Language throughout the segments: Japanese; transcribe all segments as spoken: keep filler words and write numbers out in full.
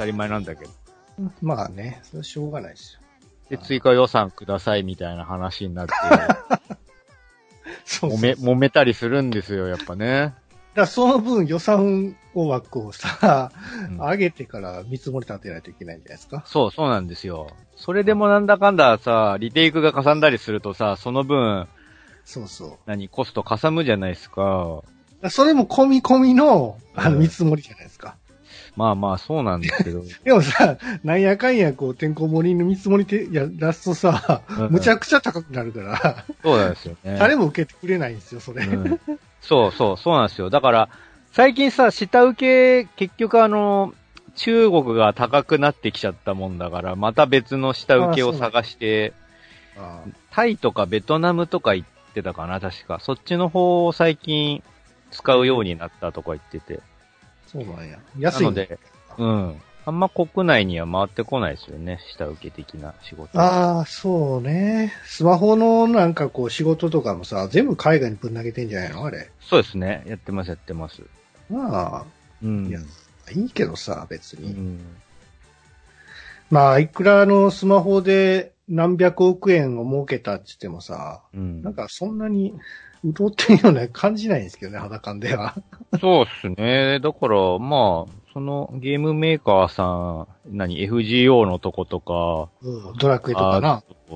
たり前なんだけど。 まあね、それはしょうがないですよ。 で、追加予算くださいみたいな話になって、 そうそうそう揉め、揉めたりするんですよ、やっぱね。 だからその分予算枠をさ、 うん、 上げてから見積もり立てないといけないんじゃないですか。 そう、そうなんですよ。それでもなんだかんださ、リテイクがかさんだりするとさ、その分、 そうそう。 何、コストかさむじゃないですか。 それも込み込みの、あの、見積もりじゃないですか。 まあまあ、そうなんですけど。 でもさ、なんやかんやこう、てんこ盛りの見積もりてや出すとさ、 うんうん、 むちゃくちゃ高くなるから、 そうなんですよね。 誰も受けてくれないんですよ、それ。 うん、そうそう、そうなんですよ。だから、最近さ、下請け、結局あの、中国が高くなってきちゃったもんだから、また別の下請けを探して、 ああタイとかベトナムとか行ってたかな、確か。そっちの方を最近使うようになったとか言ってて。 そうなんや。安いなので、うん。あんま国内には回ってこないですよね、下請け的な仕事。 ああ、そうね。スマホのなんかこう仕事とかもさ、全部海外にぶん投げてんじゃないのあれ。 そうですね。やってます、やってます。 まあ、 うん。 いや、いいけどさ、別に。 うん、 まあ、いくらのスマホで何百億円を儲けたって言ってもさ、 うん。 なんかそんなに潤ってるような感じないんですけどね、肌感では。 そうっすね。だから、まあ、そのゲームメーカーさん、何、エフジーオー のとことか、 うん、ドラクエとかな。 うん。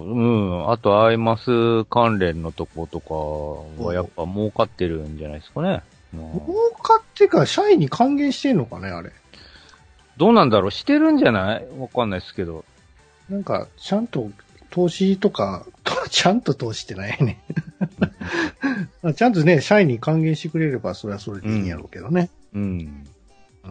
あと、アイマス関連のとことかはやっぱ儲かってるんじゃないですかね。 儲かってか、社員に還元してんのかね、あれ。 どうなんだろうしてるんじゃないわかんないですけど。 なんか、ちゃんと投資とか、ちゃんと投資ってないね。ちゃんとね、社員に還元してくれれば、それはそれでいいんやろうけどね。 うん。 うん、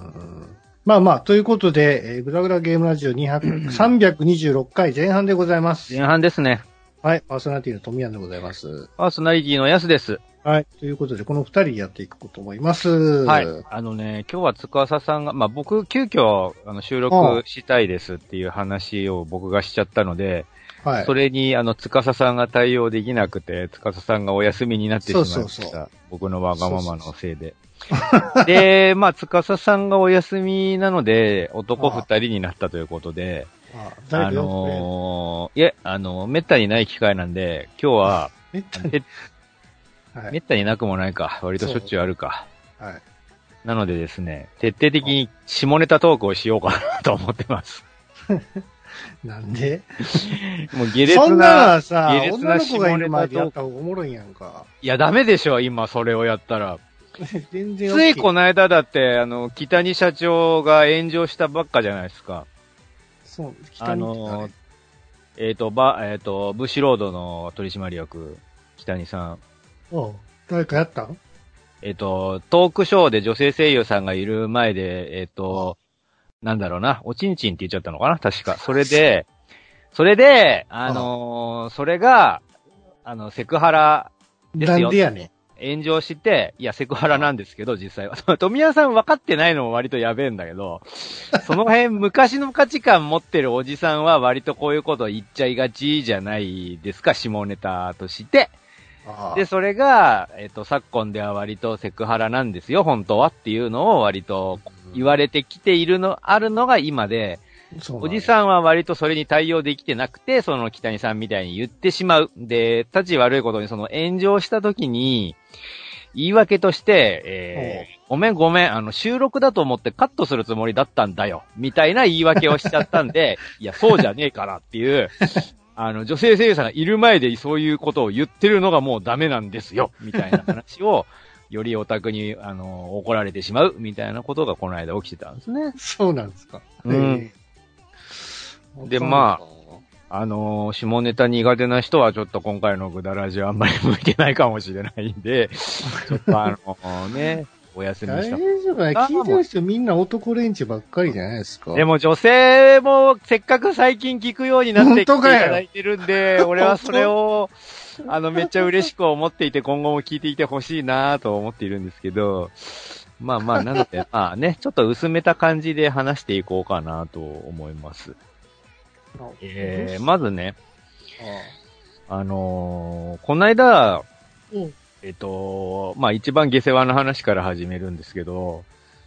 まあまあ、ということで、えー、グダグダゲームラジオにひゃく、さんびゃくにじゅうろっかい前半でございます。 前半ですね。 はい、パーソナリティの富谷でございます。 パーソナリティのやすです。 はい、ということで、この二人でやっていこうと思います。 はい。あのね、今日は司さんが、まあ僕、急遽、あの、収録したいですっていう話を僕がしちゃったので、はい。それに、あの、司さんが対応できなくて、司さんがお休みになってしまいました。そうそうそう。僕のわがままのせいで。そうそうそうで、まあ、司さんがお休みなので、男二人になったということで、ああ、あのー、いえ、あの、めったにない機会なんで、今日は、めったに、はい、めったになくもないか。割としょっちゅうあるか。はい。なのでですね、徹底的に下ネタトークをしようかなと思ってます。 なんでもう下劣な、 そんなのさ、 下劣な下ネタでやった方がおもろいんやんか。 いや、ダメでしょ、今それをやったら。全然、OK、ついこの間だって、あの、北に社長が炎上したばっかじゃないですか。 そう、北にあの、 えっ、ー、と、ば、えっ、ー、と、ブッシュロードの取締役、北にさん。 おう、誰かやったんえっ、ー、と、トークショーで女性声優さんがいる前で、えっ、ー、と、なんだろうな、おちんちんって言っちゃったのかな確か。それで、それで、あのー、それが、あの、セクハラですよ。 なんでやねん。 炎上して、いや、セクハラなんですけど、実際は。富谷さん分かってないのも割とやべえんだけど、その辺昔の価値観持ってるおじさんは割とこういうこと言っちゃいがちじゃないですか、下ネタとして。で、それが、えっと、昨今では割とセクハラなんですよ、本当はっていうのを割と言われてきているの、あるのが今で、おじさんは割とそれに対応できてなくて、その北谷さんみたいに言ってしまう。で、立ち悪いことにその炎上した時に、言い訳として、えー、ごめんごめん、あの、収録だと思ってカットするつもりだったんだよ。みたいな言い訳をしちゃったんで、いや、そうじゃねえからっていう、あの、女性声優さんがいる前でそういうことを言ってるのがもうダメなんですよ。みたいな話を、よりオタクに、あの、怒られてしまう。みたいなことがこの間起きてたんですね。 そうなんですか。 うん。で、まあ、あのー、下ネタ苦手な人はちょっと今回のグダラジはあんまり向いてないかもしれないんで、ちょっとあのー、ね、お休みした。 大丈夫だ。聞いてる人みんな男レンチばっかりじゃないですか。 でも女性もせっかく最近聞くようになってきていただいてるんで、俺はそれを、あの、めっちゃ嬉しく思っていて今後も聞いていてほしいなと思っているんですけど、まあまあ、なので、まあね、ちょっと薄めた感じで話していこうかなと思います。えー、まずね、あ、あのー、この間、えっと、まあ一番下世話の話から始めるんですけど、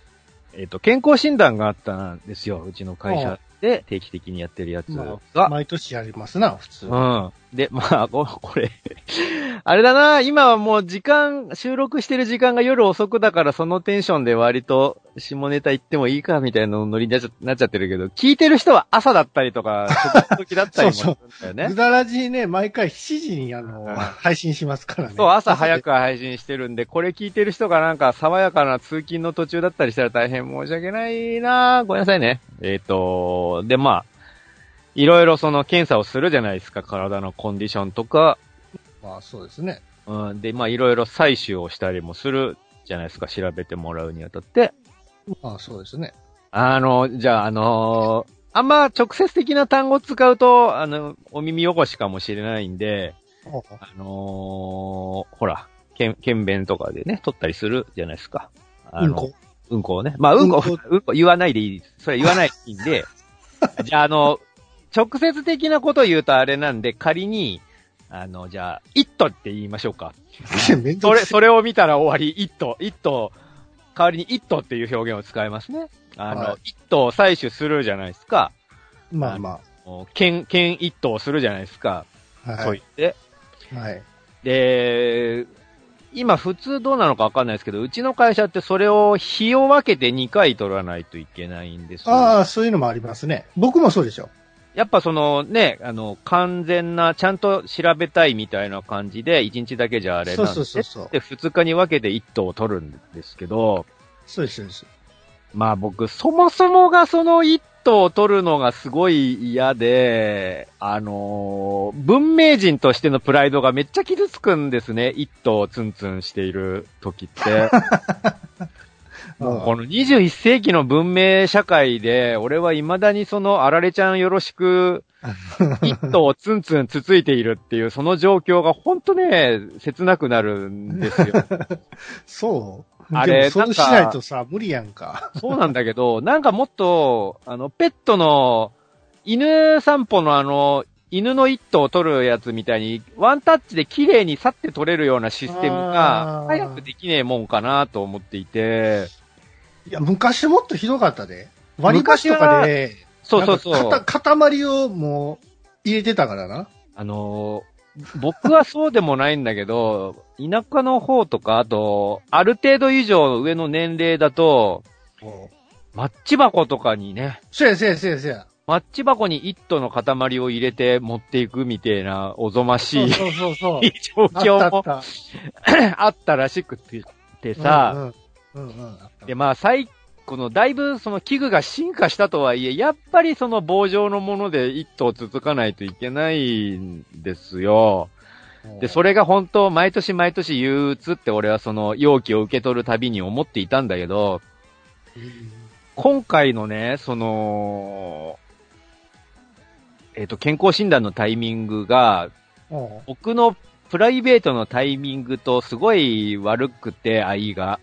えっ、と、健康診断があったんですよ。うちの会社で定期的にやってるやつが。 まあ、毎年やりますな、普通。 うん。で、まあ、ここれ、あれだな、今はもう時間、収録してる時間が夜遅くだからそのテンションで割と下ネタ言ってもいいかみたいなノリになっちゃなっちゃってるけど、聞いてる人は朝だったりとか、食時だったりもするんだよね。 ぐだらじね、毎回しちじにあの、配信しますからね。 そう、朝早く配信してるんで、これ聞いてる人がなんか爽やかな通勤の途中だったりしたら大変申し訳ないなごめんなさいね。えっ、と、で、まあ、いろいろその検査をするじゃないですか、体のコンディションとか。 まあそうですね。 うん。で、まあいろいろ採取をしたりもするじゃないですか、調べてもらうにあたって。 まあそうですね。 あの、じゃあ、あのー、あんま直接的な単語を使うと、あの、お耳汚しかもしれないんで、あのー、ほら、けん、検便とかでね、取ったりするじゃないですか。あの、うんこうんこをね。まあ、うんこ、うんこ、うんこ言わないでいい。それ言わないでいいんで、じゃあ、あの、直接的なことを言うとあれなんで、仮に、あの、じゃあ、イットって言いましょうか。それ、それを見たら終わり、イット、イット、代わりにイットっていう表現を使いますね。あの、はい、イットを採取するじゃないですか。 まあまあ。剣、剣イットをするじゃないですか。はい。そう言って。 はい。 で、今普通どうなのかわかんないですけど、うちの会社ってそれを日を分けてにかい取らないといけないんですよ。 ああ、そういうのもありますね。僕もそうでしょ。 やっぱそのね、あの、完全な、ちゃんと調べたいみたいな感じで、いちにちだけじゃあれなんで、そうそうそうそう。で、ふつかに分けていっ頭を取るんですけど、 そうです、そうです。 まあ僕、そもそもがそのいっ頭を取るのがすごい嫌で、あのー、文明人としてのプライドがめっちゃ傷つくんですね。いっ頭をツンツンしている時って。もうこのにじゅういっ世紀の文明社会で、俺は未だにそのあられちゃんよろしく、一頭をツンツンつついているっていう、その状況がほんとね、切なくなるんですよ。 そうあれ、 そうしないとさ、無理やんか。 そうなんだけど、なんかもっと、あの、ペットの、犬散歩のあの、犬の一頭を取るやつみたいに、ワンタッチで綺麗に去って取れるようなシステムが、早くできねえもんかなと思っていて、 いや、昔もっとひどかったで。割り箸とかで、 そうそうそう。 塊をもう入れてたからな。 あのー、僕はそうでもないんだけど、田舎の方とか、あと、ある程度以上上の年齢だと、マッチ箱とかにね。 そうやそうやそうやそうや。 マッチ箱に一頭の塊を入れて持っていくみたいなおぞましいそうそうそう状況もあったらしくてさ、うんうんうんうん、で、まあ、最、この、だいぶ、その器具が進化したとはいえ、やっぱりその棒状のもので一頭続かないといけないんですよ。で、それが本当、毎年毎年憂鬱って俺はその容器を受け取るたびに思っていたんだけど、うん、今回のね、その、えっと、健康診断のタイミングが、僕のプライベートのタイミングとすごい悪くて、愛が。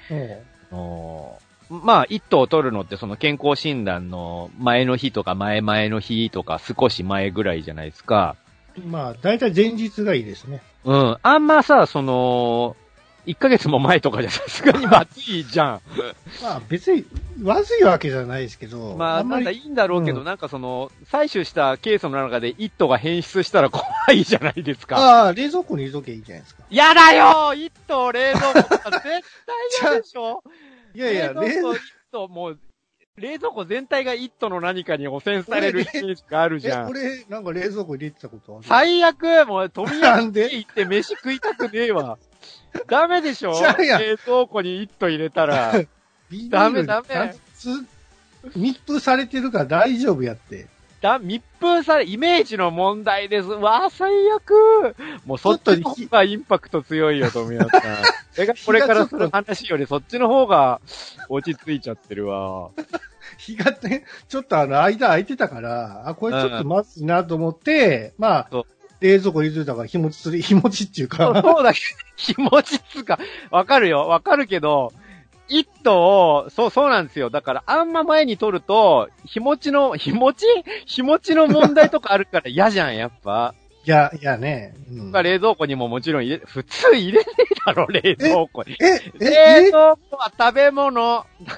まあ、一頭取るのってその健康診断の前の日とか前々の日とか少し前ぐらいじゃないですか。 まあ、だいたい前日がいいですね。 うん。あんまさ、その、いっかげつも前とかじゃさすがにまずいじゃん。まあ別に、まずいわけじゃないですけど。 まあ、あんまりなんかいいんだろうけど、うん、なんかその、採取したケースの中で一頭が変質したら怖いじゃないですか。 ああ、冷蔵庫に入れときゃいいじゃないですか。 やだよ一頭冷蔵庫絶対嫌でしょいやいや、 冷蔵庫一頭もう、冷蔵庫全体が一頭の何かに汚染されるイメージがあるじゃん。 え、俺、なんか冷蔵庫入れてたことある？ 最悪もう、富山に行って飯食いたくねえわ。ダメでしょ冷蔵庫に一頭入れたら。ダメダメ。 密封されてるから大丈夫やって。 だ、密封され、イメージの問題です。わあ、最悪。もうそっちの方がインパクト強いよ、富山さん。それがこれからする話よりそっちの方が落ち着いちゃってるわ。 日がね、ちょっとあの、間空いてたから、あ、これちょっとまずいなと思って、うん、まあ、冷蔵庫入れといたから日持ちする、日持ちっていうか。 そうだけど、日持ちっつうか、わかるよ、わかるけど、一頭を、そう、そうなんですよ。だから、あんま前に取ると、日持ちの、日持ち日持ちの問題とかあるから嫌じゃん、やっぱ。 いや、いやね。 うん、冷蔵庫にももちろん入れ、普通入れねえだろ、冷蔵庫に。 え、え、 冷蔵庫は食べ物、食べ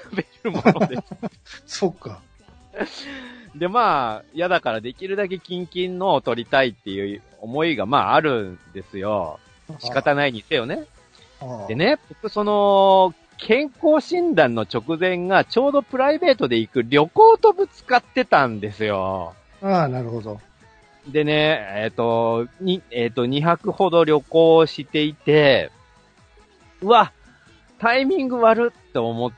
るものです。 そっか。 で、まあ、嫌だからできるだけキンキンのを取りたいっていう思いが、まあ、あるんですよ。仕方ないにせよね。でね、僕、その、健康診断の直前がちょうどプライベートで行く旅行とぶつかってたんですよ。 ああ、なるほど。 でね、えっ、と、に、えっ、と、にはくほど旅行していて、うわ、タイミング悪って思って、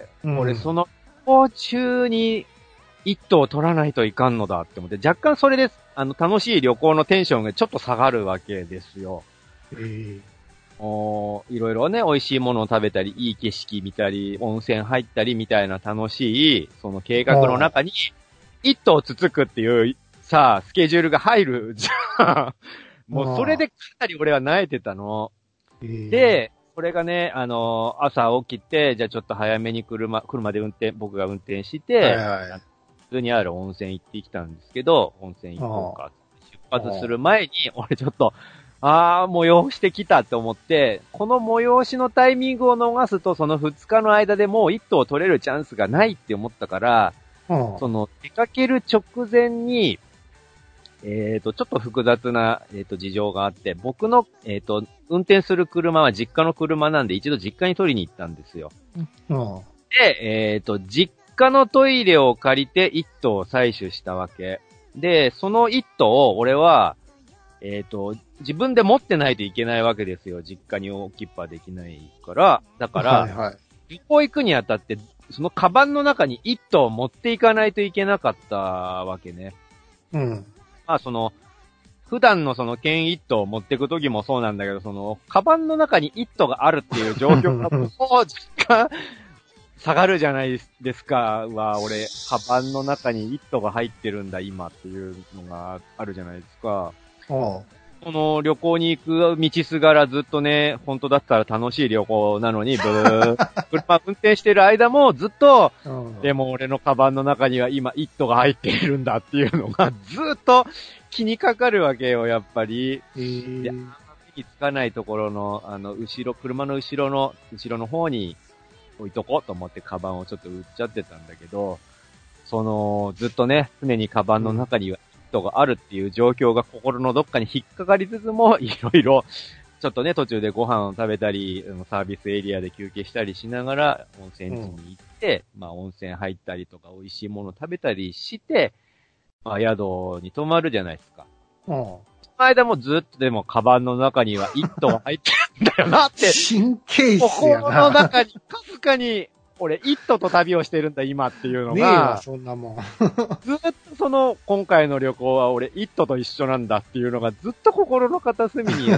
うん、 俺その旅行中に一頭を取らないといかんのだって思って、若干それで、あの、楽しい旅行のテンションがちょっと下がるわけですよ。 えー、 おいろいろね、美味しいものを食べたり、いい景色見たり、温泉入ったりみたいな楽しい、その計画の中に、一頭つつくっていう、さあ、スケジュールが入るじゃん。もうそれでかなり俺は慣れてたの。 えー、 で、これがね、あの、朝起きて、じゃあちょっと早めに車、車で運転、僕が運転して、 はいはい、 普通にある温泉行ってきたんですけど、温泉行こうか。出発する前に、俺ちょっと、あー、催してきたって思って、この催しのタイミングを逃すと、そのふつかの間でもう一頭取れるチャンスがないって思ったから、その、出かける直前に、えっ、ー、と、ちょっと複雑な、えっ、ー、と、事情があって、僕の、えっ、ー、と、運転する車は実家の車なんで、一度実家に取りに行ったんですよ。 うん、 で、えっ、と、実家のトイレを借りて一頭を採取したわけ。で、その一頭を俺は、えっ、と、自分で持ってないといけないわけですよ。実家に置きっぱできないから。だから、はいはい、旅行行くにあたって、そのカバンの中に一頭持っていかないといけなかったわけね。 うん。 まあその、普段のその剣一頭を持っていくときもそうなんだけど、その、カバンの中に一頭があるっていう状況がもう若干下がるじゃないですかは、俺、カバンの中に一頭が入ってるんだ今っていうのがあるじゃないですか。 ああ、 この旅行に行く道すがらずっとね、本当だったら楽しい旅行なのに、ブー、車運転してる間もずっと、でも俺のカバンの中には今一頭が入っているんだっていうのがずっと気にかかるわけよ、やっぱり。 えー、 で、あんまりつかないところの、あの、後ろ、車の後ろの、後ろの方に置いとこうと思ってカバンをちょっと売っちゃってたんだけど、その、ずっとね、常にカバンの中には、うんがあるっていう状況が心のどっかに引っかかりつつも、いろいろ、ちょっとね、途中でご飯を食べたり、サービスエリアで休憩したりしながら、温泉地に行って、うん、まあ温泉入ったりとか、美味しいもの食べたりして、まあ宿に泊まるじゃないですか。うん。その間もずっとでも、カバンの中には一頭入ってるんだよなって。 神経質やな。 心の中に、かすかに、俺、一頭と旅をしてるんだ、今っていうのが。ねえわ、そんなもん。 ずっとその、今回の旅行は俺、一頭と一緒なんだっていうのがずっと心の片隅にやって、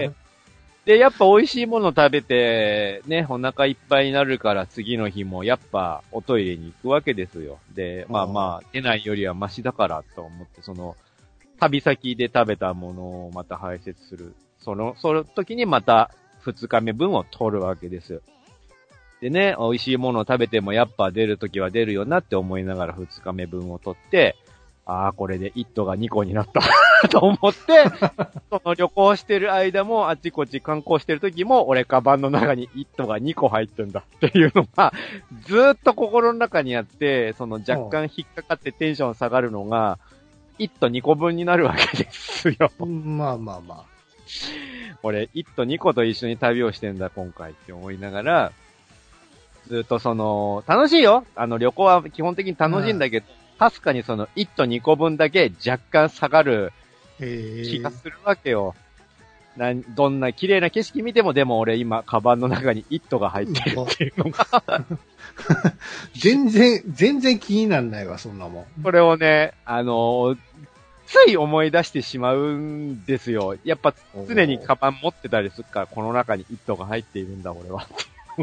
で、やっぱ美味しいもの食べて、ね、お腹いっぱいになるから次の日もやっぱおトイレに行くわけですよ。で、まあまあ、出ないよりはマシだからと思って、その、旅先で食べたものをまた排泄する。その、その時にまた二日目分を取るわけです。でね、美味しいものを食べてもやっぱ出るときは出るよなって思いながら二日目分を取って、ああ、これで一頭が二個になったと思って、その旅行してる間もあっちこっち観光してるときも俺カバンの中に一頭が二個入ってんだっていうのがずーっと心の中にあって、その若干引っかかってテンション下がるのが一頭二個分になるわけですよ。 まあまあまあ。 俺一頭二個と一緒に旅をしてんだ今回って思いながら、ずっとその、楽しいよ。あの旅行は基本的に楽しいんだけど、かすかにそのいちとにこぶんだけ若干下がる気がするわけよ。などんな綺麗な景色見てもでも俺今カバンの中にいちとが入ってるっていうのが。 全然、全然気になんないわ、そんなもん。 これをね、あの、つい思い出してしまうんですよ。やっぱ常にカバン持ってたりするから、この中にいちとが入っているんだ俺は。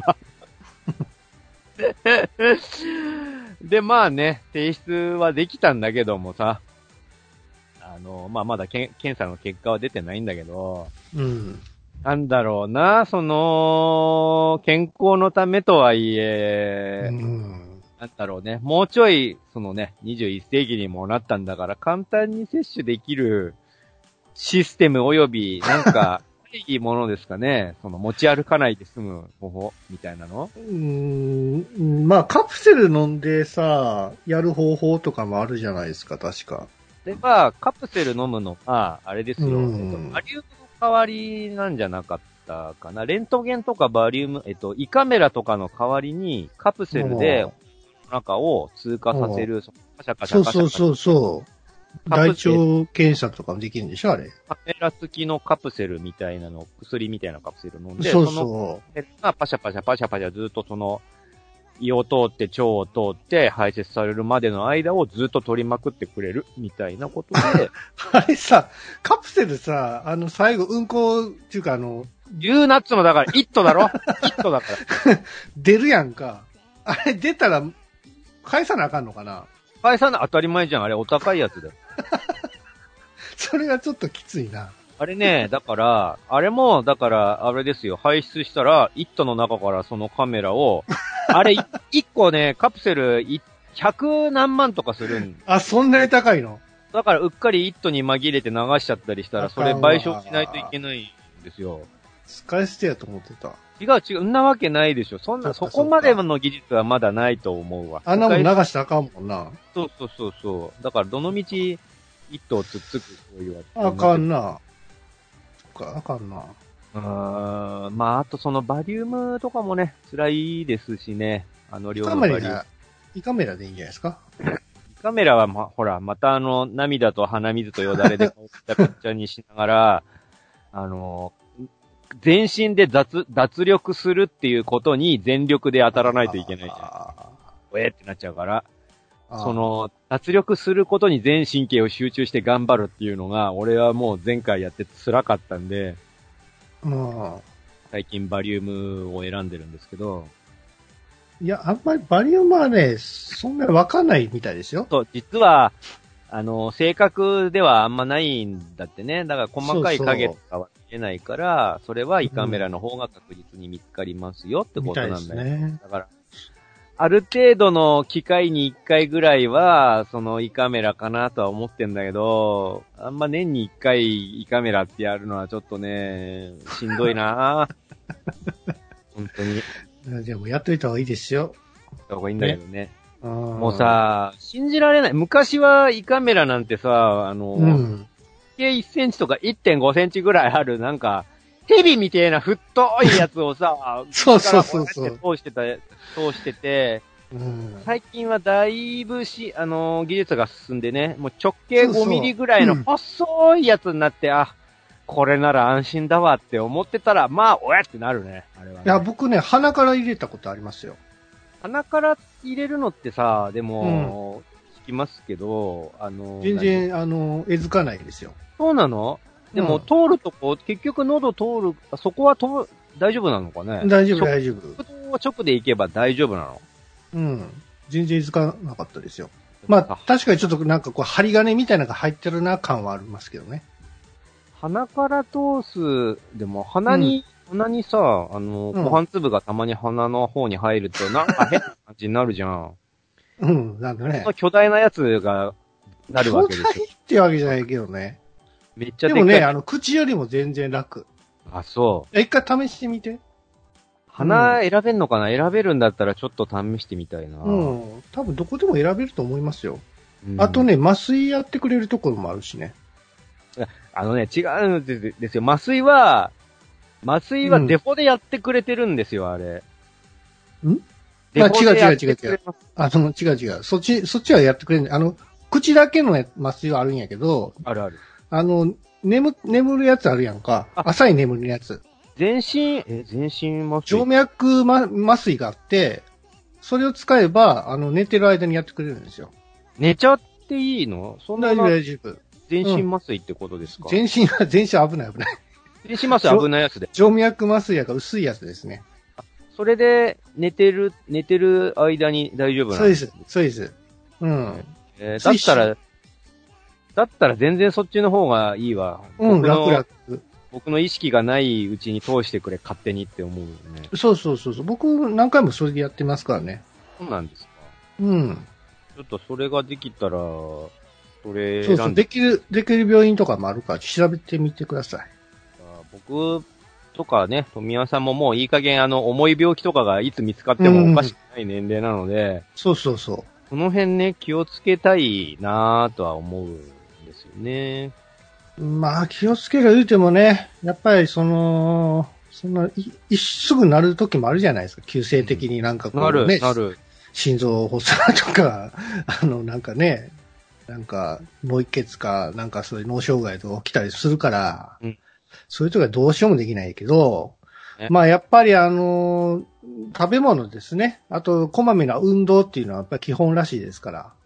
で、まあね、提出はできたんだけどもさ、あの、まあまだけ検査の結果は出てないんだけど、 うん。 なんだろうな、その、健康のためとはいえ、うん、なんだろうね、もうちょい、そのね、にじゅういっせいきにもなったんだから、簡単に接種できるシステム及び、なんか、いいものですかね。その持ち歩かないで済む方法みたいなの？ うーん、 まあカプセル飲んでさ、やる方法とかもあるじゃないですか、確か。 で、まあ、カプセル飲むのは、あれですよ。 うんえっと、バリウムの代わりなんじゃなかったかな。レントゲンとかバリウム、えっと、胃カメラとかの代わりに、カプセルで、中を通過させる、カシャカシャカシャカシャ。 そうそうそうそう。大腸検査とかもできるんでしょ、あれ。 カメラ付きのカプセルみたいなの、薬みたいなカプセル飲んで、 そうそう。 そのがパシャパシャパシャパシャずっとその、胃を通って腸を通って排泄されるまでの間をずっと取りまくってくれるみたいなことで。 あれさ、カプセルさ、あの最後うんこっていうかあの、 言うなっつのだから、イットだろイットだから。 出るやんか。あれ出たら、返さなあかんのかな？ 返さな当たり前じゃん。あれお高いやつだよ。 それがちょっときついな。 あれね、だから、あれも、だから、あれですよ、排出したら、イットの中からそのカメラを、あれ、一個ね、カプセル、ひゃく何万とかするん。 あ、そんなに高いの？ だから、うっかりイットに紛れて流しちゃったりしたら、それ賠償しないといけないんですよ。 使い捨てやと思ってた。 違う違う、んなわけないでしょ。そんな、そこまでの技術はまだないと思うわ。 あんなもん流したらあかんもんな。 そうそうそうそう。だから、どのみち、イットをつっつくそういうあかんな。そっか、あかんな。 うーん。まあ、あとそのバリウムとかもね、辛いですしね。あの量のバリウム。 胃カメラでいいんじゃないですか？ 胃カメラはま、ほら、またあの、涙と鼻水とよだれで顔ピッチャピッチャにしながら、あの、全身で脱、脱力するっていうことに全力で当たらないといけないじゃん。おえってなっちゃうから。その、脱力することに全神経を集中して頑張るっていうのが、俺はもう前回やって辛かったんで、 うん、 最近バリウムを選んでるんですけど。 いや、あんまりバリウムはね、そんなにわかんないみたいですよ。 そう、実は、あの、正確ではあんまないんだってね。だから細かい影とかは見えないから、そ, それは胃カメラの方が確実に見つかりますよってことなんだよ。ね、だから、ある程度の機会にいっかいぐらいは、その胃カメラかなとは思ってんだけど、あんま年にいっかい胃カメラってやるのはちょっとね、しんどいな本当に。 でもやっといた方がいいですよ。 やった方がいいんだけどね。 ねもうさ、信じられない。昔は胃カメラなんてさ、あの、うん、いちセンチとか いってんごセンチぐらいある、なんか、ヘビみたいな太いやつをさ、 そうそうそうそう。 通してた、通してて、うん、最近はだいぶし、あのー、技術が進んでね、もう直径ごミリぐらいの細いやつになって、そうそう、うん、あ、これなら安心だわって思ってたら、まあ、おやってなるね、あれは、ね。 いや、僕ね、鼻から入れたことありますよ。 鼻から入れるのってさ、でも、うん、聞きますけど、あのー、 全然、あのー、えずかないですよ。 そうなの？でも、うん、通るとこ、結局喉通る、そこは通る、大丈夫なのかね？ 大丈夫、大丈夫。 食道は直で行けば大丈夫なの？ うん。全然気づかなかったですよ。まあ、確かにちょっとなんかこう、針金みたいなのが入ってるな感はありますけどね。 鼻から通す、でも鼻に、うん、鼻にさ、あの、ご飯粒がたまに鼻の方に入ると、なんか変な感じになるじゃん。 うん、なんかね。 巨大なやつが、なるわけですよ。 巨大ってわけじゃないけどね。 めっちゃでかい。 でもね、あの、口よりも全然楽。 あ、そう。 一回試してみて。 鼻選べんのかな、うん、選べるんだったらちょっと試してみたいな。 うん。多分どこでも選べると思いますよ。うん、あとね、麻酔やってくれるところもあるしね。 あのね、違うんですよ。麻酔は、麻酔はデフォでやってくれてるんですよ、あれ。 んあ、違う違う違う違う。あ、その、違う違う。そっち、そっちはやってくれる。あの、口だけの麻酔はあるんやけど。 あるある。 あの、眠、眠るやつあるやんか。浅い眠るやつ。 全身、え、全身麻酔静脈麻酔があって、それを使えば、あの、寝てる間にやってくれるんですよ。 寝ちゃっていいの？そんな大丈夫、大丈夫。 全身麻酔ってことですか？ うん、全身は、全身危ない危ない。 全身麻酔危ないやつで。 静脈麻酔やから薄いやつですね。 それで、寝てる、寝てる間に大丈夫なの？ そうです、そうです。うん。 えー、だったら、だったら全然そっちの方がいいわ。 うん、楽々。 僕の意識がないうちに通してくれ、勝手にって思うよね。 そうそうそうそう。僕何回もそれでやってますからね。 そうなんですか。 うん。 ちょっとそれができたら、それそうそう、できる、できる病院とかもあるから調べてみてください。 僕、 とかね、富山さんももういい加減あの、重い病気とかがいつ見つかってもおかしくない年齢なので、うん、 そうそうそう。 この辺ね、気をつけたいなぁとは思うんですよね。 まあ、気をつける言うてもね、やっぱりその、そんな、い、すぐなる時もあるじゃないですか。急性的になんかこう、ね、 なる、なる。 心臓発作とか、あの、なんかね、なんか、脳一血か、なんかそういう脳障害とか起きたりするから、うん、そういう時はどうしようもできないけど、まあやっぱりあの、食べ物ですね。あと、こまめな運動っていうのはやっぱり基本らしいですから、うん、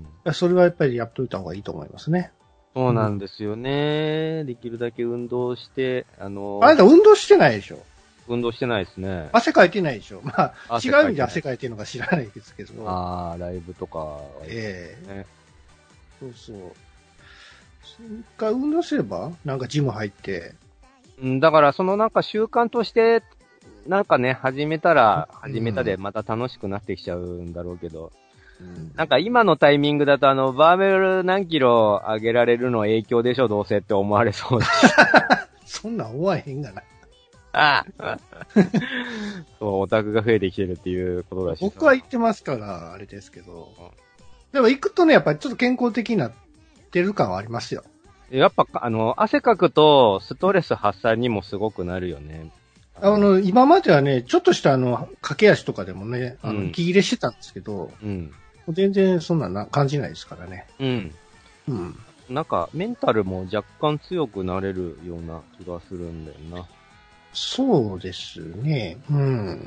それはやっぱりやっといた方がいいと思いますね。 そうなんですよね。うん、できるだけ運動して、あのー、 あなた運動してないでしょ？ 運動してないですね。 汗かいてないでしょ？まあ、違う意味で汗かいてるのか知らないですけど。 ああ、ライブとかは、ね。 ええー。そうそう。一回運動すればなんかジム入って。 うん、だからそのなんか習慣として、なんかね、始めたら、始めたでまた楽しくなってきちゃうんだろうけど、うん、なんか今のタイミングだとあの、バーベル何キロ上げられるの影響でしょ、どうせって思われそうだし。 そんなん思わへんがな。 ああそう、オタクが増えてきてるっていうことだし。 僕は行ってますから、あれですけど。でも行くとね、やっぱりちょっと健康的になってる感はありますよ。 やっぱ、あの、汗かくとストレス発散にもすごくなるよね。 あの、今まではね、ちょっとしたあの、駆け足とかでもね、あの、息切れしてたんですけど、うん、全然そんなな感じないですからね。 うん。うん。なんか、メンタルも若干強くなれるような気がするんだよな。 そうですね。うん。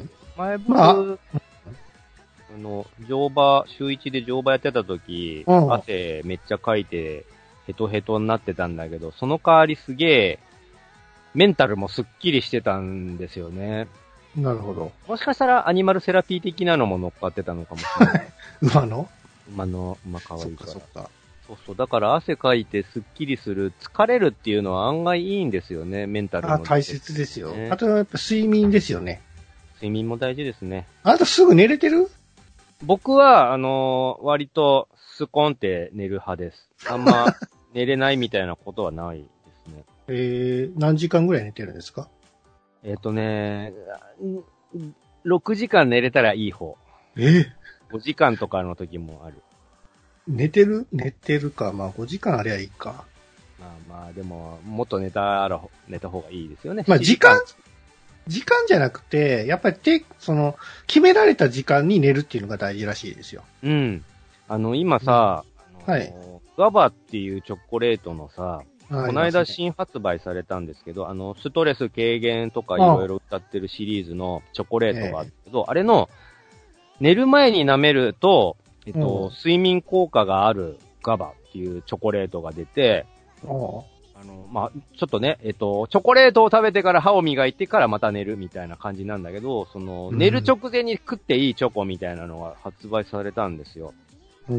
前僕、まあ、あの、乗馬、週一で乗馬やってた時、うん、汗めっちゃかいて、ヘトヘトになってたんだけど、その代わりすげえ、メンタルもスッキリしてたんですよね。 なるほど。 もしかしたらアニマルセラピー的なのも乗っかってたのかもしれない。 馬の馬の、馬可愛いから。 そっかそっか。 そうそう。だから汗かいてスッキリする、疲れるっていうのは案外いいんですよね、メンタルの、 ね。あ、大切ですよ。あとはやっぱ睡眠ですよね。 睡眠も大事ですね。 あなたすぐ寝れてる？ 僕は、あのー、割とスコンって寝る派です。あんま寝れないみたいなことはないですね。 えー、何時間ぐらい寝てるんですか？ えっ、ー、とね、ろくじかん寝れたらいい方。 えー、 ごじかんとかの時もある。 寝てる寝てるか。まあごじかんありゃいいか。 まあまあ、でも、もっと寝たら、寝た方がいいですよね。 まあ時間、時間じゃなくて、やっぱりて、その、決められた時間に寝るっていうのが大事らしいですよ。 うん。あの、今さ、うん、あのー、はい。ガバっていうチョコレートのさ、この間新発売されたんですけど、あの、ストレス軽減とかいろいろ歌ってるシリーズのチョコレートがあるけど、あ, あれの、寝る前に舐めると、えっと、うん、睡眠効果があるガバっていうチョコレートが出て、あの、まあ、ちょっとね、えっと、チョコレートを食べてから歯を磨いてからまた寝るみたいな感じなんだけど、その、寝る直前に食っていいチョコみたいなのが発売されたんですよ。うん、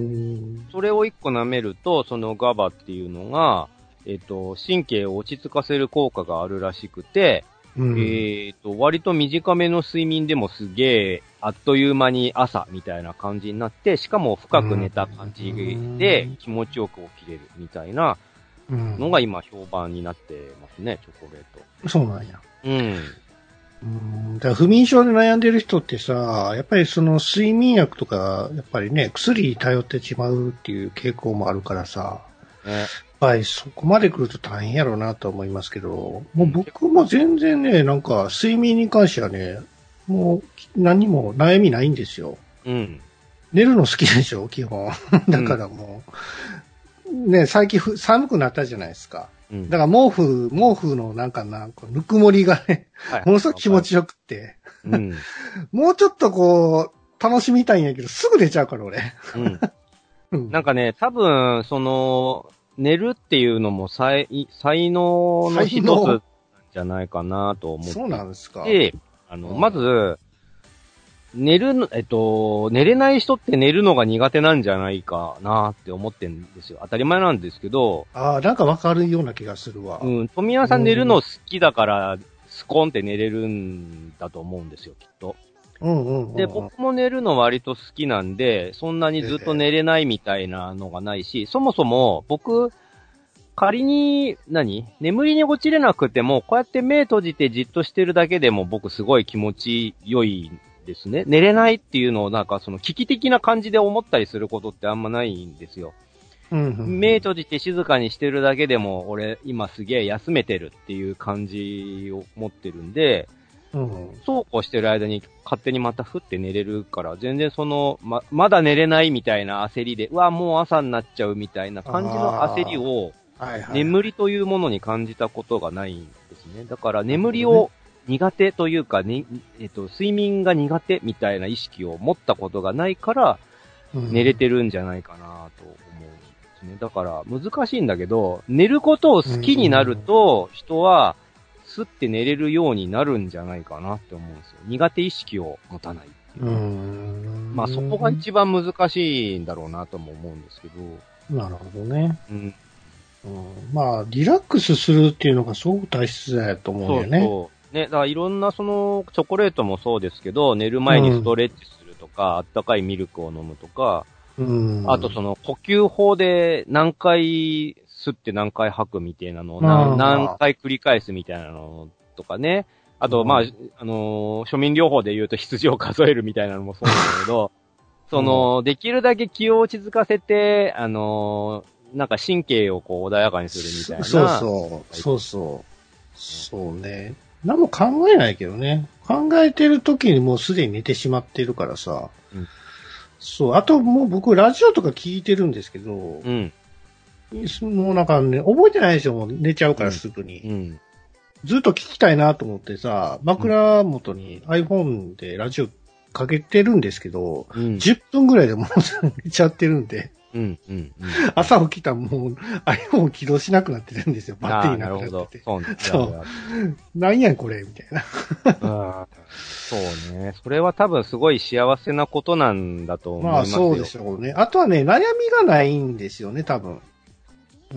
それを一個舐めると、そのガバっていうのが、えっと、神経を落ち着かせる効果があるらしくて、うん、えっと、割と短めの睡眠でもすげえ、あっという間に朝みたいな感じになって、しかも深く寝た感じで気持ちよく起きれるみたいなのが今評判になってますね、チョコレート。 そうなんや。 うん。 うん、だから不眠症で悩んでる人ってさ、やっぱりその睡眠薬とか、やっぱりね、薬に頼ってしまうっていう傾向もあるからさ、ね、やっぱりそこまで来ると大変やろうなと思いますけど、もう僕も全然ね、なんか睡眠に関してはね、もう何も悩みないんですよ。うん。寝るの好きでしょ、基本。だからもう、うん、ね、最近寒くなったじゃないですか。うん、だから毛布、毛布のなんかな、ぬくもりがね、はい、ものすごく気持ちよくって、うん、もうちょっとこう、楽しみたいんやけど、すぐ寝ちゃうから俺。 うんうん、なんかね、多分、その、寝るっていうのも才、才能の一つじゃないかなと思って。 そうなんですか。 で、あの、うん、まず、寝るの、えっと、寝れない人って寝るのが苦手なんじゃないかなって思ってんですよ。当たり前なんですけど。 ああ、なんかわかるような気がするわ。 うん、富山さん寝るの好きだから、スコンって寝れるんだと思うんですよ、きっと。 うんうんうんうん、 で、僕も寝るの割と好きなんで、そんなにずっと寝れないみたいなのがないし、そもそも僕、 仮に、何眠りに落ちれなくても、こうやって目閉じてじっとしてるだけでも僕すごい気持ち良いですね。寝れないっていうのをなんかその危機的な感じで思ったりすることってあんまないんですよ。 うんうん、 目閉じて静かにしてるだけでも、俺今すげえ休めてるっていう感じを持ってるんで、うん、そうこうしてる間に勝手にまたふって寝れるから、全然その、ま、まだ寝れないみたいな焦りで、うわ、もう朝になっちゃうみたいな感じの焦りを、はいはい、眠りというものに感じたことがないんですね。だから眠りを苦手というか、ね、えっと、睡眠が苦手みたいな意識を持ったことがないから、寝れてるんじゃないかなと思うんですね。だから難しいんだけど、寝ることを好きになると、人は、すって寝れるようになるんじゃないかなって思うんですよ。苦手意識を持たないっていう。うーんまあそこが一番難しいんだろうなとも思うんですけど。 なるほどね。 うんうん、まあ、リラックスするっていうのがすごく大切だと思うんだよね。そうそう。ね、だからいろんなその、チョコレートもそうですけど、寝る前にストレッチするとか、うん、あったかいミルクを飲むとか、うん、あとその、呼吸法で何回吸って何回吐くみたいなのを何、何回繰り返すみたいなのとかね。あと、まあ、うん、あのー、庶民療法で言うと羊を数えるみたいなのもそうなんだけど、その、できるだけ気を落ち着かせて、あのー、なんか神経をこう穏やかにするみたいな。 そうそう。そうそう。そうね。何も考えないけどね。考えてる時にもうすでに寝てしまってるからさ。うん、そう。あともう僕ラジオとか聞いてるんですけど。うん。もうなんかね、覚えてないでしょ。もう寝ちゃうからすぐに。うん。うん、ずっと聞きたいなと思ってさ、枕元に iPhone でラジオかけてるんですけど、うん、じゅっぷんぐらいでもう寝ちゃってるんで。うんうんうん、朝起きたらもう iPhone 起動しなくなってるんですよ。バッテリーなくなってて。そうね。そう。なんやんこれみたいなあ。そうね。それは多分すごい幸せなことなんだと思いますよ。 まあそうでしょうね。あとはね、悩みがないんですよね、多分。うん。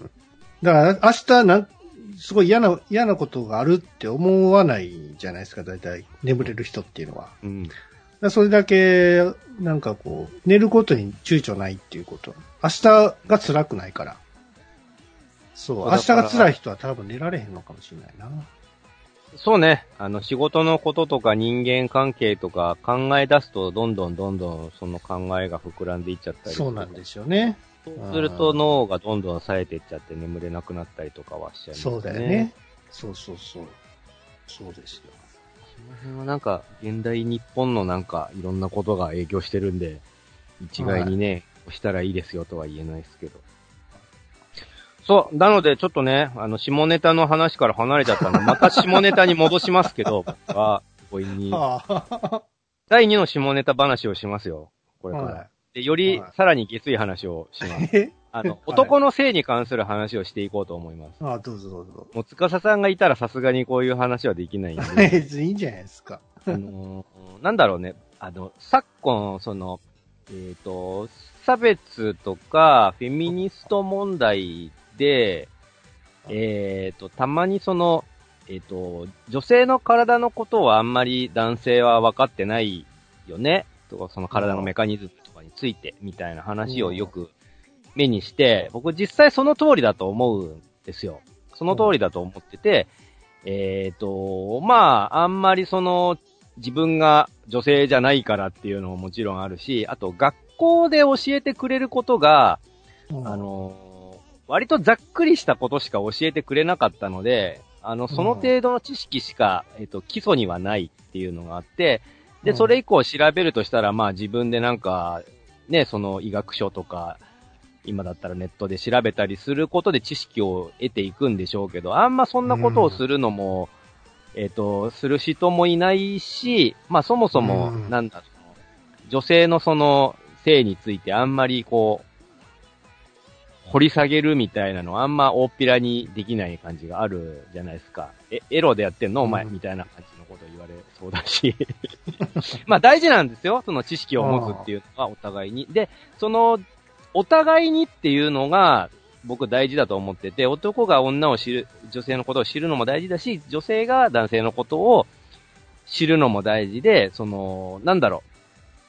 だから明日なんすごい嫌な、嫌なことがあるって思わないじゃないですか、大体。眠れる人っていうのは。うん。だそれだけ、なんかこう、寝ることに躊躇ないっていうこと。明日が辛くないから。そう。明日が辛い人は多分寝られへんのかもしれないな。 そうね。あの、仕事のこととか人間関係とか考え出すと、どんどんどんどんその考えが膨らんでいっちゃったりそうなんですよね。 そうすると脳がどんどん冴えていっちゃって眠れなくなったりとかはしちゃいますね。 そうだよね。そうそうそう。そうですよ。 その辺はなんか、現代日本のなんか、いろんなことが影響してるんで、一概にね、押したらいいですよとは言えないですけど。そう、なのでちょっとね、あの、下ネタの話から離れちゃったんで、また下ネタに戻しますけど、僕は、強引に。だいにの下ネタ話をしますよ、これから。はい、でより、さらに下水話をします。あの、男の性に関する話をしていこうと思います。 ああ、どうぞどうぞ。 もう、つかささんがいたらさすがにこういう話はできないんで。 別にいいんじゃないですか。 あのー、なんだろうね。あの、昨今、その、えっ、ー、と、差別とか、フェミニスト問題で、えっ、ー、と、たまにその、えっ、と、女性の体のことはあんまり男性は分かってないよね。とか、その体のメカニズムとかについて、みたいな話をよく目にして、僕実際その通りだと思うんですよ。その通りだと思ってて、えっ、と、まあ、あんまりその、自分が女性じゃないからっていうのももちろんあるし、あと学校で教えてくれることが、あの、割とざっくりしたことしか教えてくれなかったので、あの、その程度の知識しか、えっと、基礎にはないっていうのがあって、で、それ以降調べるとしたら、まあ自分でなんか、ね、その医学書とか、今だったらネットで調べたりすることで知識を得ていくんでしょうけど、あんまそんなことをするのも、えっと、する人もいないし、まあそもそも、なんだ、女性のその性についてあんまりこう、掘り下げるみたいなのあんま大っぴらにできない感じがあるじゃないですか。え、エロでやってんのお前、みたいな感じのこと言われそうだし。まあ大事なんですよ。その知識を持つっていうのはお互いに。で、その、お互いにっていうのが僕大事だと思ってて、男が女を知る、女性のことを知るのも大事だし、女性が男性のことを知るのも大事で、その、なんだろ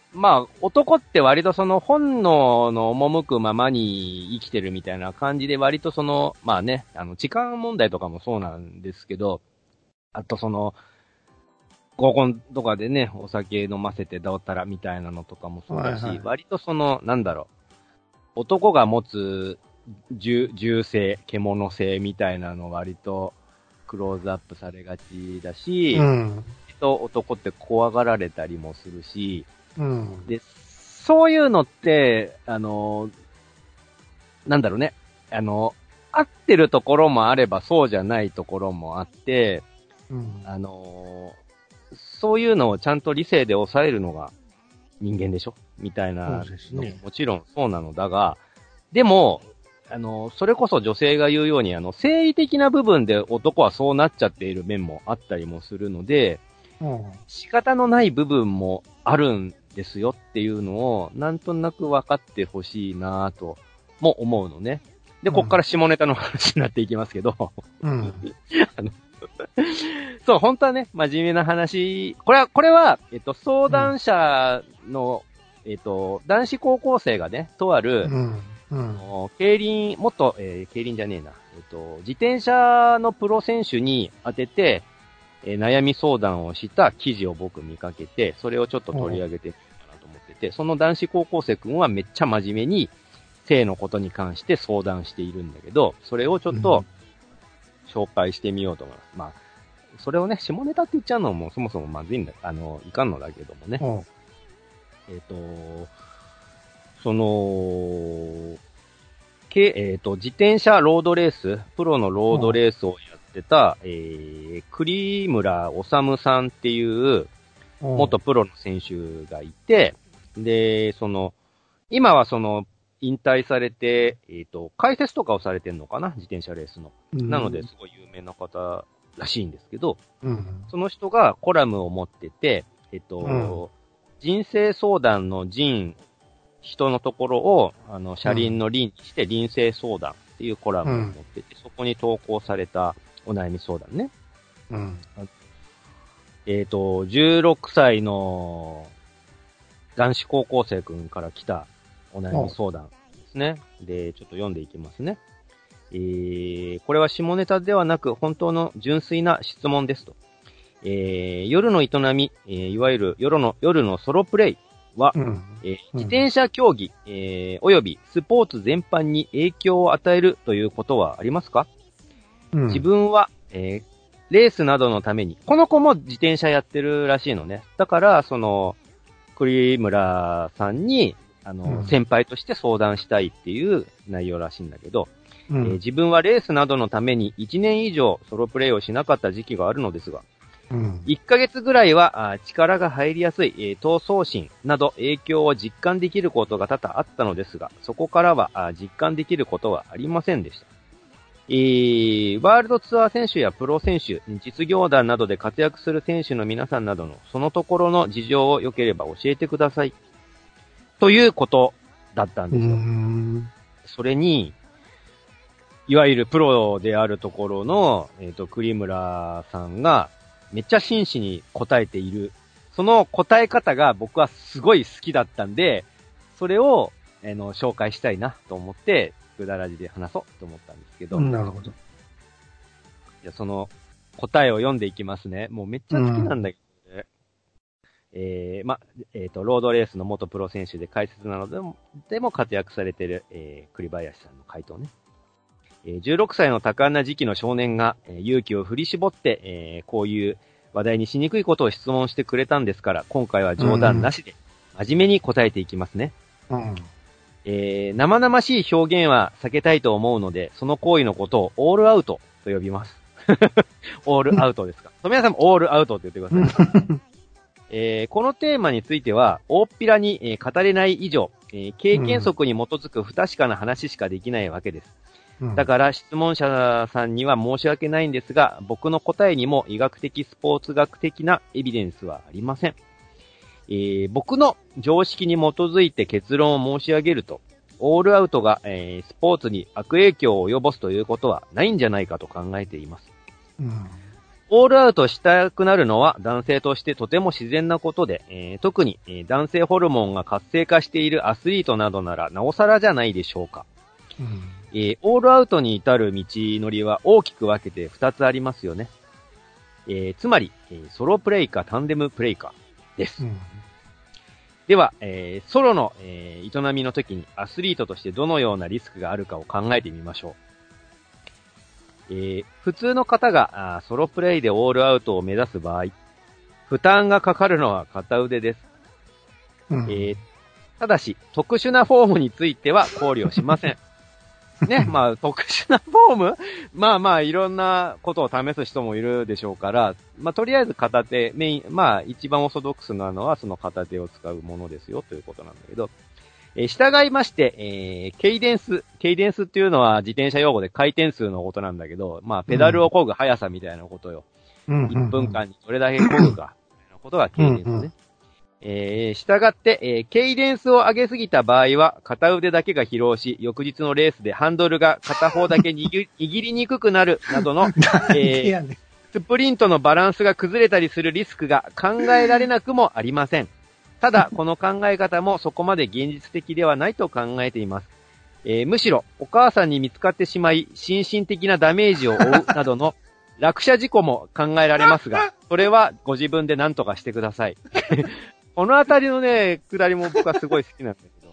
まあ、男って割とその本能の赴くままに生きてるみたいな感じで割とその、まあね、あの、時間問題とかもそうなんですけど、あとその、合コンとかでね、お酒飲ませてだおったらみたいなのとかもそうだし、はいはい、割とその、なんだろう、男が持つ銃、銃性、獣性みたいなの割とクローズアップされがちだし、うん、と男って怖がられたりもするし、うん、で、そういうのって、あの、なんだろうね、あの、合ってるところもあればそうじゃないところもあって、うん、あの、そういうのをちゃんと理性で抑えるのが人間でしょみたいなの、ね、もちろんそうなのだが、でも、あの、それこそ女性が言うように、あの、生理的な部分で男はそうなっちゃっている面もあったりもするので、うん、仕方のない部分もあるんですよっていうのを、なんとなく分かってほしいなぁとも思うのね。で、こっから下ネタの話になっていきますけど、うん、あのそう、本当はね、真面目な話、これは、これは、えっと、相談者の、うん、えっと、男子高校生がね、とある、うんうん、競輪、もっと、えー、競輪じゃねえな、えっと、自転車のプロ選手に当てて、えー、悩み相談をした記事を僕見かけて、それをちょっと取り上げてみようかなと思ってて、その男子高校生くんはめっちゃ真面目に、性のことに関して相談しているんだけど、それをちょっと、紹介してみようと思います。まあ、それをね、下ネタって言っちゃうのもそもそもまずいんだ、あの、いかんのだけどもね。えっと、その、け、えっと、自転車ロードレース、プロのロードレースをやってた、えー、栗村治さんっていう、元プロの選手がいて、で、その、今はその、引退されて、えっと、解説とかをされてんのかな、自転車レースの。なので、すごい有名な方らしいんですけど、うん、その人がコラムを持ってて、えっと、うん、人生相談の人、人のところを、あの、車輪の輪にして人生相談っていうコラムを持ってて、うん、そこに投稿されたお悩み相談ね。うん、えっと、じゅうろくさいの男子高校生くんから来たお悩み相談ですね。で、ちょっと読んでいきますね。えー、これは下ネタではなく本当の純粋な質問ですと。えー、夜の営み、えー、いわゆる夜の、夜のソロプレイは、うんえー、自転車競技、えー、およびスポーツ全般に影響を与えるということはありますか、うん、自分は、えー、レースなどのために、この子も自転車やってるらしいのね。だから、その、栗村さんに、あの、うん、先輩として相談したいっていう内容らしいんだけど、うんえー、自分はレースなどのためにいちねん以上ソロプレイをしなかった時期があるのですが、うん、いっかげつぐらいはあ力が入りやすい、えー、闘争心など影響を実感できることが多々あったのですが、そこからはあ実感できることはありませんでした。えー、ワールドツアー選手やプロ選手、実業団などで活躍する選手の皆さんなどのそのところの事情を良ければ教えてください。ということだったんですよ。うーんそれに、いわゆるプロであるところの、えっと、栗村さんが、めっちゃ真摯に答えている。その答え方が僕はすごい好きだったんで、それを、あの、紹介したいなと思って、ぐだらじで話そうと思ったんですけど。 なるほど。 じゃあその答えを読んでいきますね。もうめっちゃ好きなんだけどね。うん、えー、ま、えっと、ロードレースの元プロ選手で解説などでも、でも活躍されている、えー、栗林さんの回答ね。じゅうろくさいの多感な時期の少年が勇気を振り絞って、えー、こういう話題にしにくいことを質問してくれたんですから、今回は冗談なしで真面目に答えていきますね。うんえー、生々しい表現は避けたいと思うので、その行為のことをオールアウトと呼びます。オールアウトですか。富谷さんもオールアウトって言ってください。えー、このテーマについては、大っぴらに、えー、語れない以上、えー、経験則に基づく不確かな話しかできないわけです。だから質問者さんには申し訳ないんですが、僕の答えにも医学的スポーツ学的なエビデンスはありません。えー、僕の常識に基づいて結論を申し上げると、オールアウトが、えー、スポーツに悪影響を及ぼすということはないんじゃないかと考えています。うんオールアウトしたくなるのは男性としてとても自然なことで、えー、特に、えー、男性ホルモンが活性化しているアスリートなどならなおさらじゃないでしょうか。うんえー、オールアウトに至る道のりは大きく分けてふたつありますよね。えー、つまり、えー、ソロプレイかタンデムプレイかです。うん、では、えー、ソロの、えー、営みの時にアスリートとしてどのようなリスクがあるかを考えてみましょう。えー、普通の方があソロプレイでオールアウトを目指す場合、負担がかかるのは片腕です。うんえー、ただし、特殊なフォームについては考慮しません。ね、まあ、特殊なフォームまあまあ、いろんなことを試す人もいるでしょうから、まあ、とりあえず片手、メイン、まあ、一番オーソドックスなのはその片手を使うものですよということなんだけど、えー、従いまして、えー、ケイデンス。ケイデンスっていうのは自転車用語で回転数のことなんだけど、まあ、ペダルを漕ぐ速さみたいなことよ。うん、いっぷんかんにどれだけ漕ぐか、みたいなことがケイデンスね。うんうんえー、従って、えー、ケイデンスを上げすぎた場合は、片腕だけが疲労し、翌日のレースでハンドルが片方だけ握り握りにくくなるなどの、えー、スプリントのバランスが崩れたりするリスクが考えられなくもありません。ただ、この考え方もそこまで現実的ではないと考えています。えー、むしろ、お母さんに見つかってしまい、心身的なダメージを負うなどの落車事故も考えられますが、それはご自分で何とかしてください。このあたりのね、くだりも僕はすごい好きなんだけど。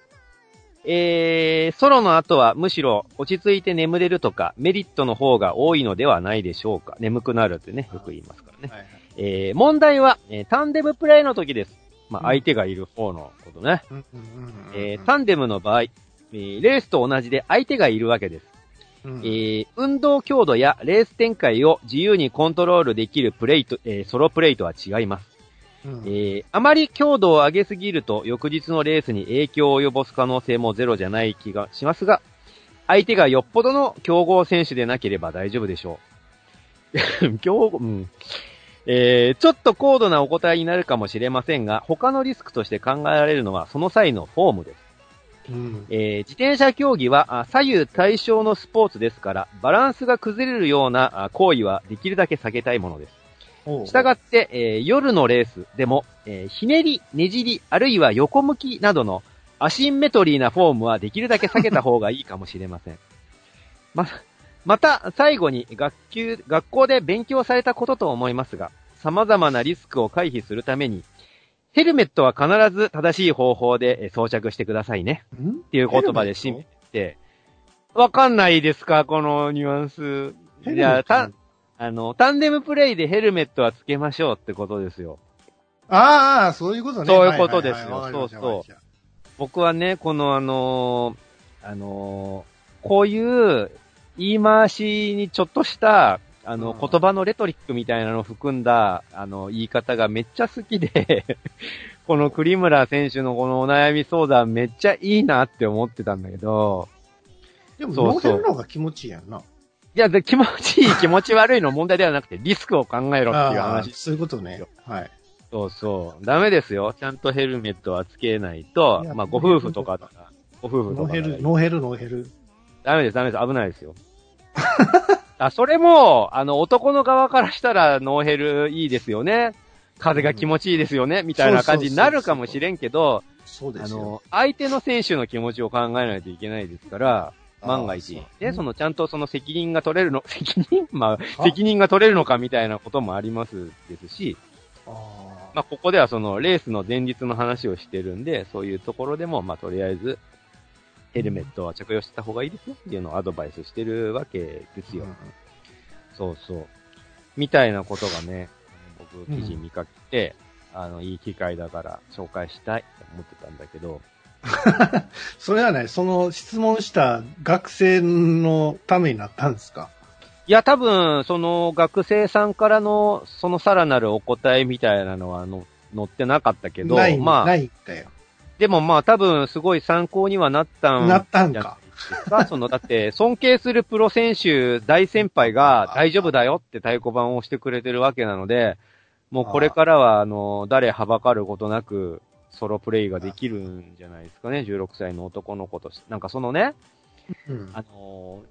えー、ソロの後はむしろ落ち着いて眠れるとか、メリットの方が多いのではないでしょうか。眠くなるってね、よく言いますからね。はいはいえー、問題は、えー、タンデムプレイの時です。まあ、相手がいる方のことね。えー、タンデムの場合、えー、レースと同じで相手がいるわけです。うんえー、運動強度やレース展開を自由にコントロールできるプレイと、えー、ソロプレイとは違います。うんえー、あまり強度を上げすぎると翌日のレースに影響を及ぼす可能性もゼロじゃない気がしますが、相手がよっぽどの強豪選手でなければ大丈夫でしょう。強豪、うんえー、ちょっと高度なお答えになるかもしれませんが、他のリスクとして考えられるのはその際のフォームです。うんえー、自転車競技は左右対称のスポーツですから、バランスが崩れるような行為はできるだけ避けたいものです。したがって、えー、夜のレースでも、えー、ひねり、ねじり、あるいは横向きなどのアシンメトリーなフォームはできるだけ避けた方がいいかもしれません。ま、また、最後に学級、学校で勉強されたことと思いますが、様々なリスクを回避するために、ヘルメットは必ず正しい方法で装着してくださいね。っていう言葉で締めて、わかんないですかこのニュアンス。いや、た、あの、タンデムプレイでヘルメットはつけましょうってことですよ。 ああ、そういうことね。 そういうことですよ。そうそう。僕はね、このあのー、あのー、こういう言い回しにちょっとした、あの、うん、言葉のレトリックみたいなのを含んだ、あの、言い方がめっちゃ好きで、この栗村選手のこのお悩み相談めっちゃいいなって思ってたんだけど。 でも、ノーヘルの方が気持ちいいやんな。 いや、で気持ちいい、気持ち悪いの問題ではなくて、リスクを考えろっていう話。 そういうことね。はい。 そうそう。ダメですよ。ちゃんとヘルメットはつけないと、まあ、ご夫婦とかだら、ご夫婦とか。 ノーヘル、ノーヘル、ノーヘル。 ダメです、ダメです。危ないですよ。あ、それも、あの、男の側からしたらノーヘルいいですよね。風が気持ちいいですよね。みたいな感じになるかもしれんけど、 そうですよ。 あの、相手の選手の気持ちを考えないといけないですから、万が一、ね、そのちゃんとその責任が取れるの、責任まあ、責任が取れるのかみたいなこともありますですし、あまあ、ここではそのレースの前日の話をしてるんで、そういうところでも、まあ、とりあえず、ヘルメットは着用した方がいいですよっていうのをアドバイスしてるわけですよ。うん、そうそう。みたいなことがね、僕記事見かけて、うん、あの、いい機会だから紹介したいと思ってたんだけど、 それはね、その質問した学生のためになったんですか？ いや、多分、その学生さんからの、そのさらなるお答えみたいなのはの載ってなかったけど、 ないまあ、 ないんだよ。 でもまあ多分すごい参考にはなったんなったんか。 その、だって尊敬するプロ選手、大先輩が大丈夫だよって太鼓判を押してくれてるわけなので、もうこれからは、あの、誰はばかることなく、ソロプレイができるんじゃないですかね、じゅうろくさいの男の子として。なんかそのね、うん、あの、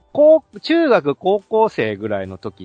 高、中学高校生ぐらいの時って、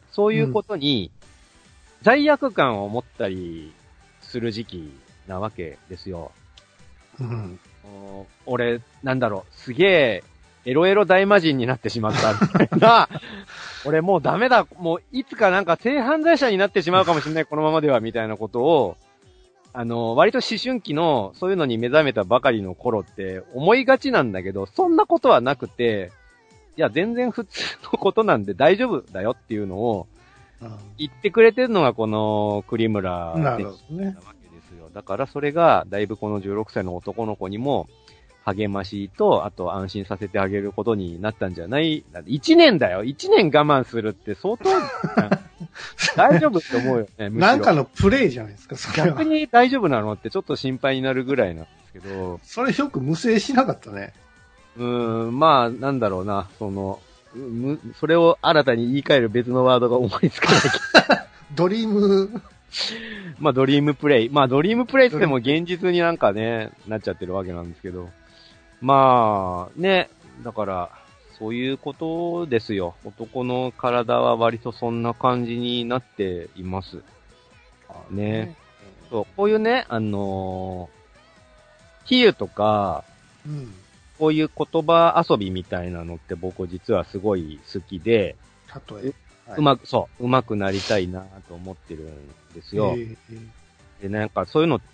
そういうことに罪悪感を持ったりする時期なわけですよ。 うん。 俺、なんだろう、すげえ、エロエロ大魔人になってしまったみたいな、俺もうダメだ、もういつかなんか性犯罪者になってしまうかもしれない、このままでは、みたいなことを、あの、割と思春期のそういうのに目覚めたばかりの頃って思いがちなんだけど、そんなことはなくて、いや、全然普通のことなんで大丈夫だよっていうのを言ってくれてるのがこの栗村なるほどね。 なわけですよ。だからそれがだいぶこのじゅうろくさいの男の子にも励ましと、あと安心させてあげることになったんじゃない？いちねんだよ。いちねん我慢するって相当大丈夫って思うよね。むしろなんかのプレイじゃないですか、それは。 逆に大丈夫なのってちょっと心配になるぐらいなんですけど。 それよく無制しなかったね。 うーん、まあ、なんだろうな、その、む、それを新たに言い換える別のワードが思いつかないけど。 ドリーム。 まあ、ドリームプレイ。まあ、ドリームプレイっても現実になんかね、なっちゃってるわけなんですけど。まあ、ね、だから、そういうことですよ。男の体は割とそんな感じになっています。ね。そう、こういうね、あのー、比喩とか、 うん、 こういう言葉遊びみたいなのって僕実はすごい好きで、 例え、 はい、うまく、そう、うまくなりたいなと思ってるんですよ。えー、で、なんかそういうのって、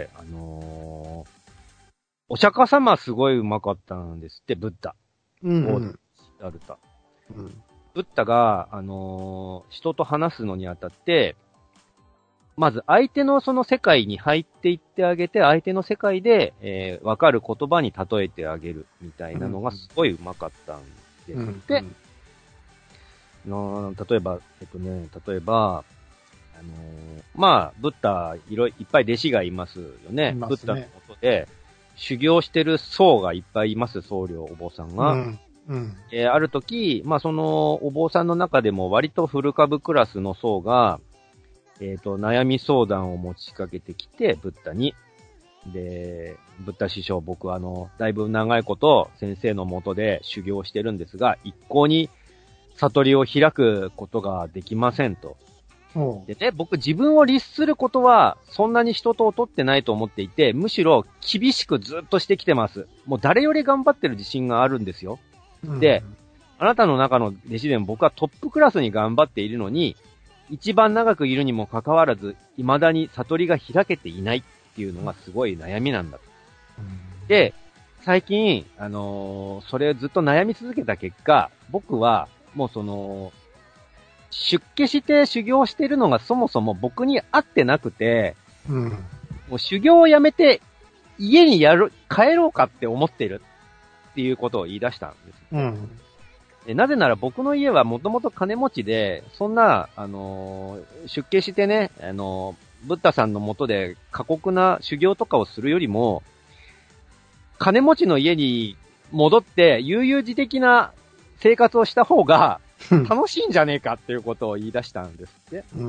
あのー、お釈迦様すごいうまかったんですって、ブッダ。 うんうん。 ダルタ。 うん、 ブッダが、あのー、人と話すのにあたって、まず相手のその世界に入っていってあげて、相手の世界で、えー、わかる言葉に例えてあげるみたいなのがすごいうまかったんですって。うんうん、例えば、えっとね、例えば、あのー、まあ、ブッダ、いろい、いっぱい弟子がいますよね。 ね、 ブッダのことで、修行してる僧がいっぱいいます、僧侶、お坊さんが。うんうん、えー、ある時、まあ、その、お坊さんの中でも割と古株クラスの僧が、えっと、悩み相談を持ちかけてきて、ブッダに。で、ブッダ師匠、僕はあの、だいぶ長いこと先生の下で修行してるんですが、一向に悟りを開くことができませんと。でね、僕自分を律することはそんなに人と劣ってないと思っていて、むしろ厳しくずっとしてきてます。もう誰より頑張ってる自信があるんですよ。うん、で、あなたの中の弟子でも僕はトップクラスに頑張っているのに、一番長くいるにもかかわらず、未だに悟りが開けていないっていうのがすごい悩みなんだ。うん、で、最近、あのー、それをずっと悩み続けた結果、僕はもうその、出家して修行してるのがそもそも僕に合ってなくて、うん、もう修行をやめて家にやる、帰ろうかって思ってるっていうことを言い出したんです。うん、でなぜなら僕の家はもともと金持ちで、そんな、あのー、出家してね、あのー、ブッダさんの下で過酷な修行とかをするよりも、金持ちの家に戻って悠々自適な生活をした方が楽しいんじゃねえかっていうことを言い出したんですって。うん。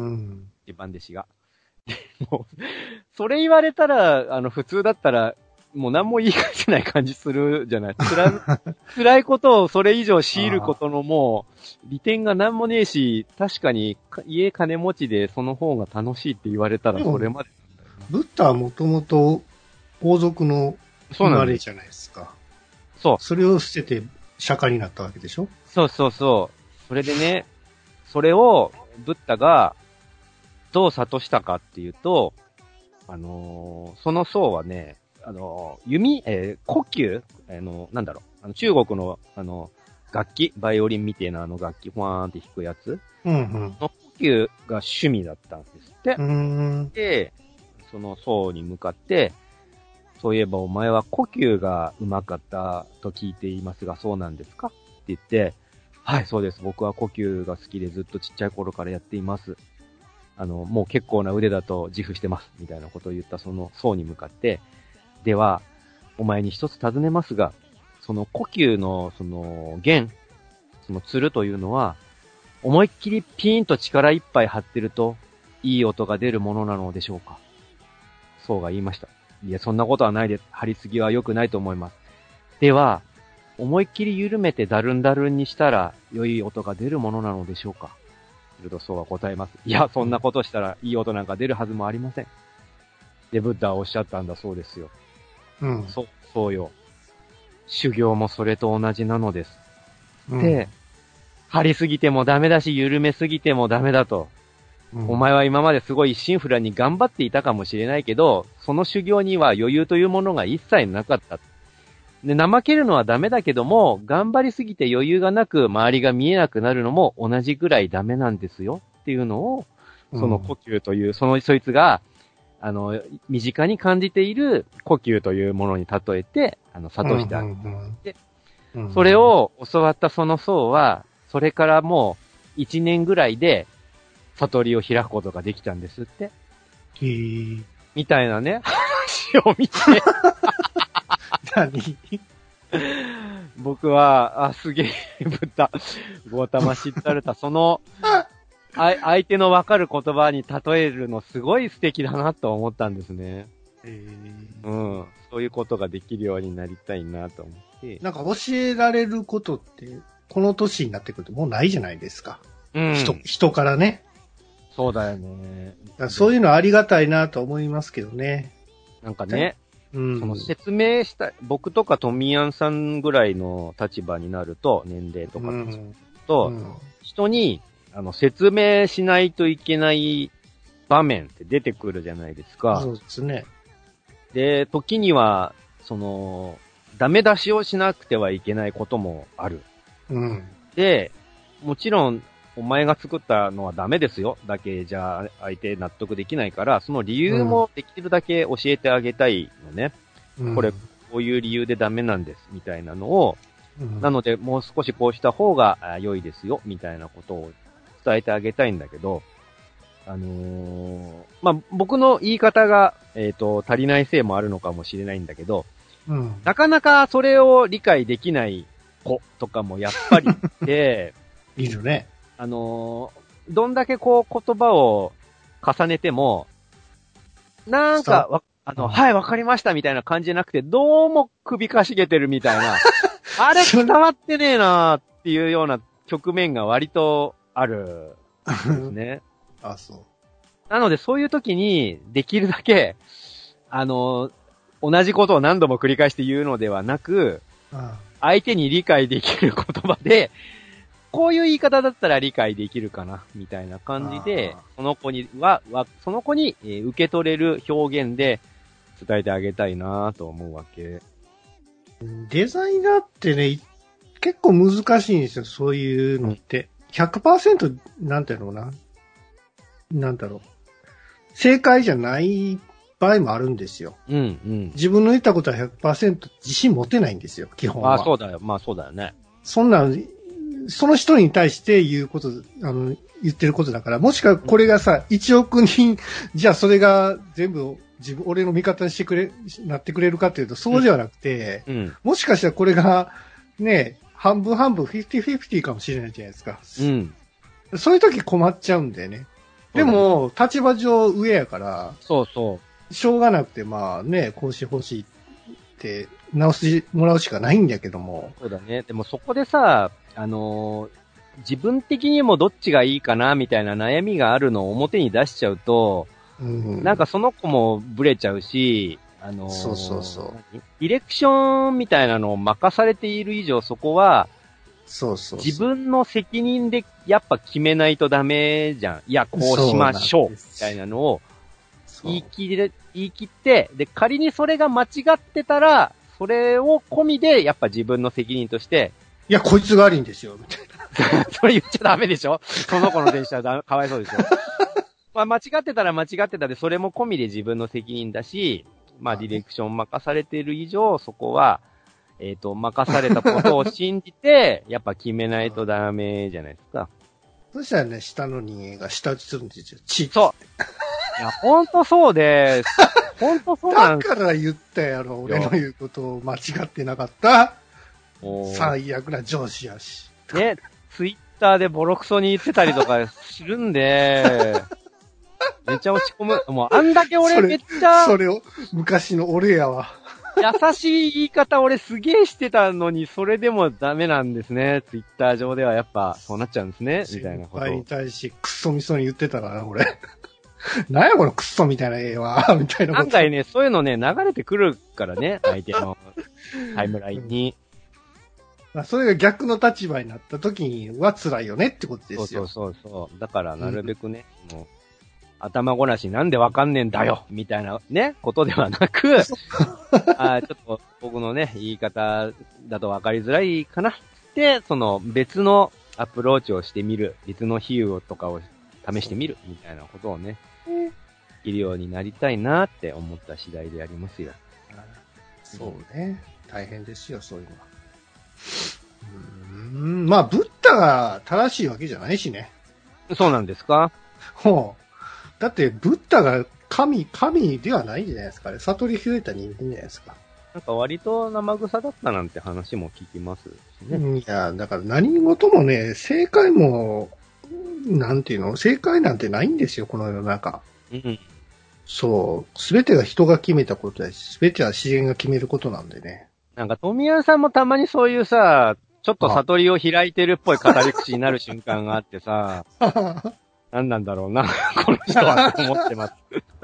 一般弟子が。もう、それ言われたら、あの、普通だったら、もう何も言い返せない感じするじゃない。辛い、辛いことをそれ以上強いることのもう、利点が何もねえし、確かに家金持ちでその方が楽しいって言われたらそれまで。 ブッダはもともと王族の生まれじゃないですか。 そう。 それを捨てて釈迦になったわけでしょ？ そうそうそう。それでね、それをブッダがどう悟したかっていうと、あのー、その僧はね、あのー、弓、えー、呼吸、あのー、なんだろう、あの中国の、あのー、楽器、バイオリンみたいなあの楽器、ふわーんって弾くやつ、うんうん、の呼吸が趣味だったんですって。うん、で、その僧に向かって、そういえばお前は呼吸が上手かったと聞いていますが、そうなんですかって言って、はい、そうです。僕は呼吸が好きでずっとちっちゃい頃からやっています。あの、もう結構な腕だと自負してます。みたいなことを言ったその僧に向かって、では、お前に一つ尋ねますが、その呼吸のその弦、その弦というのは、思いっきりピーンと力いっぱい張ってると、いい音が出るものなのでしょうか？僧が言いました。いや、そんなことはないです。張りすぎは良くないと思います。では、 思いっきり緩めてダルンダルンにしたら良い音が出るものなのでしょうか。するとそうは答えます。いや、そんなことしたらいい音なんか出るはずもありません。で、ブッダはおっしゃったんだそうですよ。 うん。 そう、そうよ。修行もそれと同じなのです。 うん、 で、張りすぎてもダメだし、緩めすぎてもダメだと。 うん、 お前は今まですごい一心不乱に頑張っていたかもしれないけど、その修行には余裕というものが一切なかった。で、怠けるのはダメだけども、頑張りすぎて余裕がなく、周りが見えなくなるのも同じぐらいダメなんですよっていうのを、その呼吸という、うん、その、そいつが、あの、身近に感じている呼吸というものに例えて、あの、悟してあげて、うんうんうん、それを教わったその僧は、それからもう一年ぐらいで悟りを開くことができたんですって。 へー。 みたいなね、話を見て。 何僕は、あ、すげえ、ぶった、ごたま知ったれた、その、あ、相手のわかる言葉に例えるのすごい素敵だなと思ったんですね。 へー。 うん。そういうことができるようになりたいなと思って。 なんか教えられることって、この年になってくるともうないじゃないですか。うん。人、人からね。 そうだよね。 だそういうのありがたいなと思いますけどね。 なんかね。 うん、 その説明した、僕とかトミヤンさんぐらいの立場になると、年齢とかと、うんうん、人にあの説明しないといけない場面って出てくるじゃないですか。 そうですね。 で、時には、その、ダメ出しをしなくてはいけないこともある。 うん、 で、もちろん、お前が作ったのはダメですよ。だけじゃ相手納得できないから、その理由もできるだけ教えてあげたいのね。うん、これ、こういう理由でダメなんです、みたいなのを、うん、なので、もう少しこうした方が良いですよ、みたいなことを伝えてあげたいんだけど、あのー、まあ、僕の言い方が、えっと、足りないせいもあるのかもしれないんだけど、うん、なかなかそれを理解できない子とかもやっぱりいて、 いるね。 あのー、どんだけこう言葉を重ねても、なんかわ、あの、うん、はい、わかりましたみたいな感じじゃなくて、どうも首かしげてるみたいな、あれ伝わってねえなーっていうような局面が割とあるんですね。 あ、そう。 なのでそういう時に、できるだけ、あのー、同じことを何度も繰り返して言うのではなく、うん、相手に理解できる言葉で、こういう言い方だったら理解できるかな、みたいな感じで、その子には、はその子に、えー、受け取れる表現で伝えてあげたいなと思うわけ。 デザイナーってね、結構難しいんですよ、そういうのって。ひゃくパーセント なんていうのかな。なんだろう。正解じゃない場合もあるんですよ。 うんうん。 自分の言ったことは ひゃくパーセント 自信持てないんですよ、基本は。 あ、そうだよ。まあそうだよね。 そんな、その人に対して言うこと、あの、言ってることだから、もしかこれがさ、いちおく人、じゃあそれが全部自分、俺の味方にしてくれ、なってくれるかっていうと、そうではなくて、うんうん、もしかしたらこれが、ね、半分半分、フィフティフィフティかもしれないじゃないですか。うん。そういう時困っちゃうんだよね。でも、立場上上やから、 そうそう。 しょうがなくて、まあね、こうしてほしいって直してもらうしかないんだけども。 そうだね。でもそこでさ、あのー、自分的にもどっちがいいかなみたいな悩みがあるのを表に出しちゃうと、うん、なんかその子もブレちゃうし、あのー、 そうそうそう。 ディレクションみたいなのを任されている以上、そこは、 そうそうそう。 自分の責任でやっぱ決めないとダメじゃん。いや、こうしましょう。みたいなのを言い切れ、言い切って、で、仮にそれが間違ってたら、それを込みで、やっぱ自分の責任として、 いや、こいつが悪いんですよ、みたいな。それ言っちゃダメでしょその子の電車はだかわいそうでしょまあ間違ってたら間違ってたで、それも込みで自分の責任だし、まあディレクション任されている以上、そこは、えっと、任されたことを信じて、やっぱ決めないとダメじゃないですか。 そしたらね、下の人間が下打ちするんですよ。チッ。 そう。いや、ほんとそうで、ほんとそうなんです。 だから言ったやろ、俺の言うことを間違ってなかった。最悪な上司やし。 ね、ツイッターでボロクソに言ってたりとかするんで、めっちゃ落ち込む。もうあんだけ俺めっちゃ。 それを、昔の俺やわ。 優しい言い方俺すげえしてたのに、それでもダメなんですね。ツイッター上ではやっぱそうなっちゃうんですね。みたいなこと。 先輩に対してクソみそに言ってたからな、俺。なんやこのクソみたいな絵は、みたいなこと。 案外ね、そういうのね、流れてくるからね、相手のタイムラインに。 まあ、それが逆の立場になった時には辛いよねってことですよ。 そうそうそうそう。だからなるべくね、うん、もう頭ごなしなんでわかんねえんだよみたいなね、ことではなく、あちょっと僕のね、言い方だとわかりづらいかなって、その別のアプローチをしてみる、別の比喩とかを試してみるみたいなことをね、できるようになりたいなって思った次第でありますよ。 そうね。大変ですよ、そういうのは。うーん、まあ、ブッダが正しいわけじゃないしね。 そうなんですか？ ほう。だって、ブッダが神、神ではないじゃないですかね。悟り開いた人間じゃないですか。 なんか割と生臭だったなんて話も聞きますしね。 いや、だから何事もね、正解も、なんていうの、正解なんてないんですよ、この世の中。 うん。 そう。すべてが人が決めたことだし、すべては自然が決めることなんでね。 なんか富谷さんもたまにそういうさ、ちょっと悟りを開いてるっぽい語り口になる瞬間があってさ、何なんだろうな、この人はと思ってます。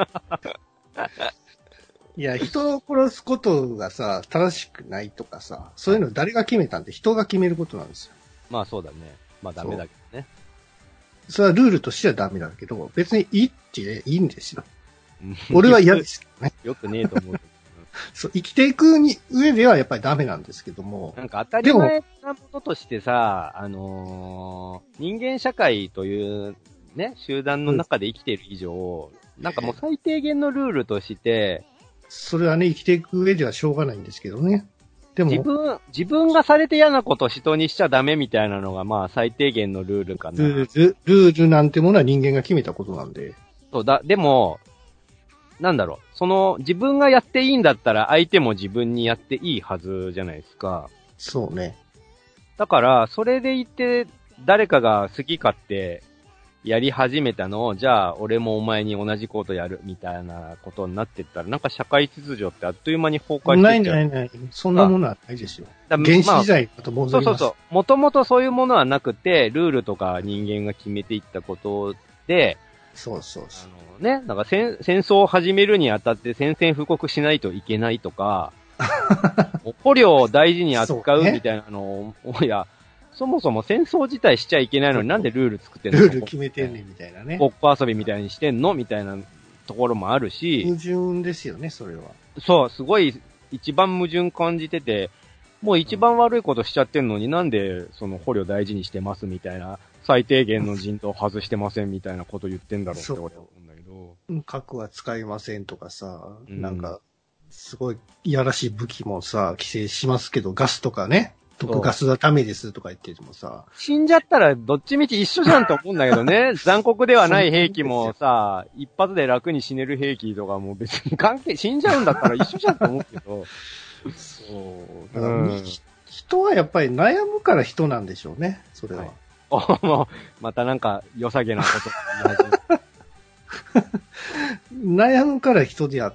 いや、人を殺すことがさ、正しくないとかさ、そういうの誰が決めたんで人が決めることなんですよ。 まあそうだね。まあダメだけどね。 それはルールとしてはダメだけど、別にいいっていいんですよ。俺は嫌ですけどね。 よくねえと思う。 そう、生きていくに上ではやっぱりダメなんですけども。 なんか当たり前なものとしてさ、あのー、人間社会というね、集団の中で生きている以上、うん、なんかもう最低限のルールとして、 それはね、生きていく上ではしょうがないんですけどね。でも、 自分、自分がされて嫌なことを人にしちゃダメみたいなのがまあ最低限のルールかな。 ルール、ルールなんてものは人間が決めたことなんで。 そうだ、でも、なんだろう、その自分がやっていいんだったら相手も自分にやっていいはずじゃないですか。 そうね。 だから、それでいて誰かが好き勝手やり始めたのを、じゃあ俺もお前に同じことやるみたいなことになってったら、なんか社会秩序ってあっという間に崩壊してっちゃう。 ないないない。そんなものはないですよ。原始時代だと戻ります。 そうそうそう。もともとそういうものはなくて、ルールとか人間が決めていったことで、 そうそうそう。 あのね、なんか戦戦争を始めるにあたって宣戦布告しないといけないとか、捕虜を大事に扱うみたいなのを、ね、いや、そもそも戦争自体しちゃいけないのになんでルール作ってんの？ ルール決めてんねんみたいなね。 ごっこ遊びみたいにしてんのみたいなところもあるし。 矛盾ですよね、それは。 そう、すごい一番矛盾感じてて、もう一番悪いことしちゃってんのに、うん、なんでその捕虜大事にしてますみたいな、最低限の人頭外してませんみたいなこと言ってんだろうって俺は思うんだけど。 核は使いませんとかさ、うん、なんか、すごいいやらしい武器もさ、規制しますけど、ガスとかね、毒ガスはダメですとか言っててもさ。 死んじゃったらどっちみち一緒じゃんと思うんだけどね。残酷ではない兵器もさ、一発で楽に死ねる兵器とかも別に関係、死んじゃうんだったら一緒じゃんと思うけど。 そう。だから、うん、人はやっぱり悩むから人なんでしょうね、それは。 はい、おもう、またなんか良さげなこと悩むから人であって、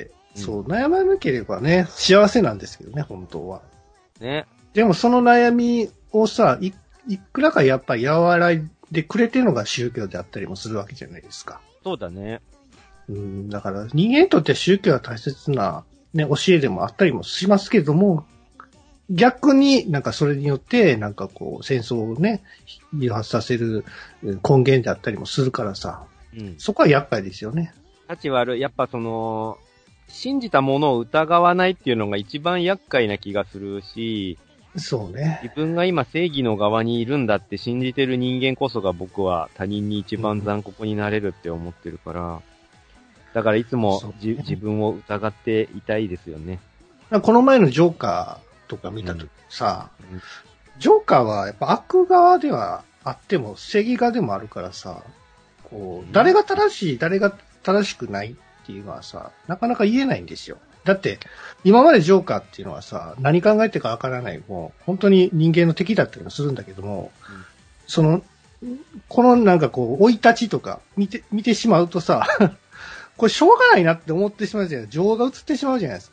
うん、そう、悩まなければね、幸せなんですけどね、本当は。 ね。 でもその悩みをさ、い、いくらかやっぱり和らいでくれてるのが宗教であったりもするわけじゃないですか。 そうだね。 うん、だから人間にとって宗教は大切なね、教えでもあったりもしますけれども、逆になんかそれによってなんかこう戦争をね、誘発させる根源であったりもするからさ、うん、そこは厄介ですよね。 立ち悪い。やっぱその、信じたものを疑わないっていうのが一番厄介な気がするし、 そうね。 自分が今正義の側にいるんだって信じてる人間こそが僕は他人に一番残酷になれるって思ってるから、うん、だからいつも、ね、自分を疑っていたいですよね。 この前のジョーカーとか見たときさ、うんうん、ジョーカーはやっぱ悪側ではあっても正義側でもあるからさ、こう、誰が正しい、誰が正しくないっていうのはさ、なかなか言えないんですよ。だって、今までジョーカーっていうのはさ、何考えてるかわからない、もう、本当に人間の敵だったりもするんだけども、うん、その、このなんかこう、生い立ちとか見て、見てしまうとさ、これしょうがないなって思ってしまうじゃないですか。情が映ってしまうじゃないですか。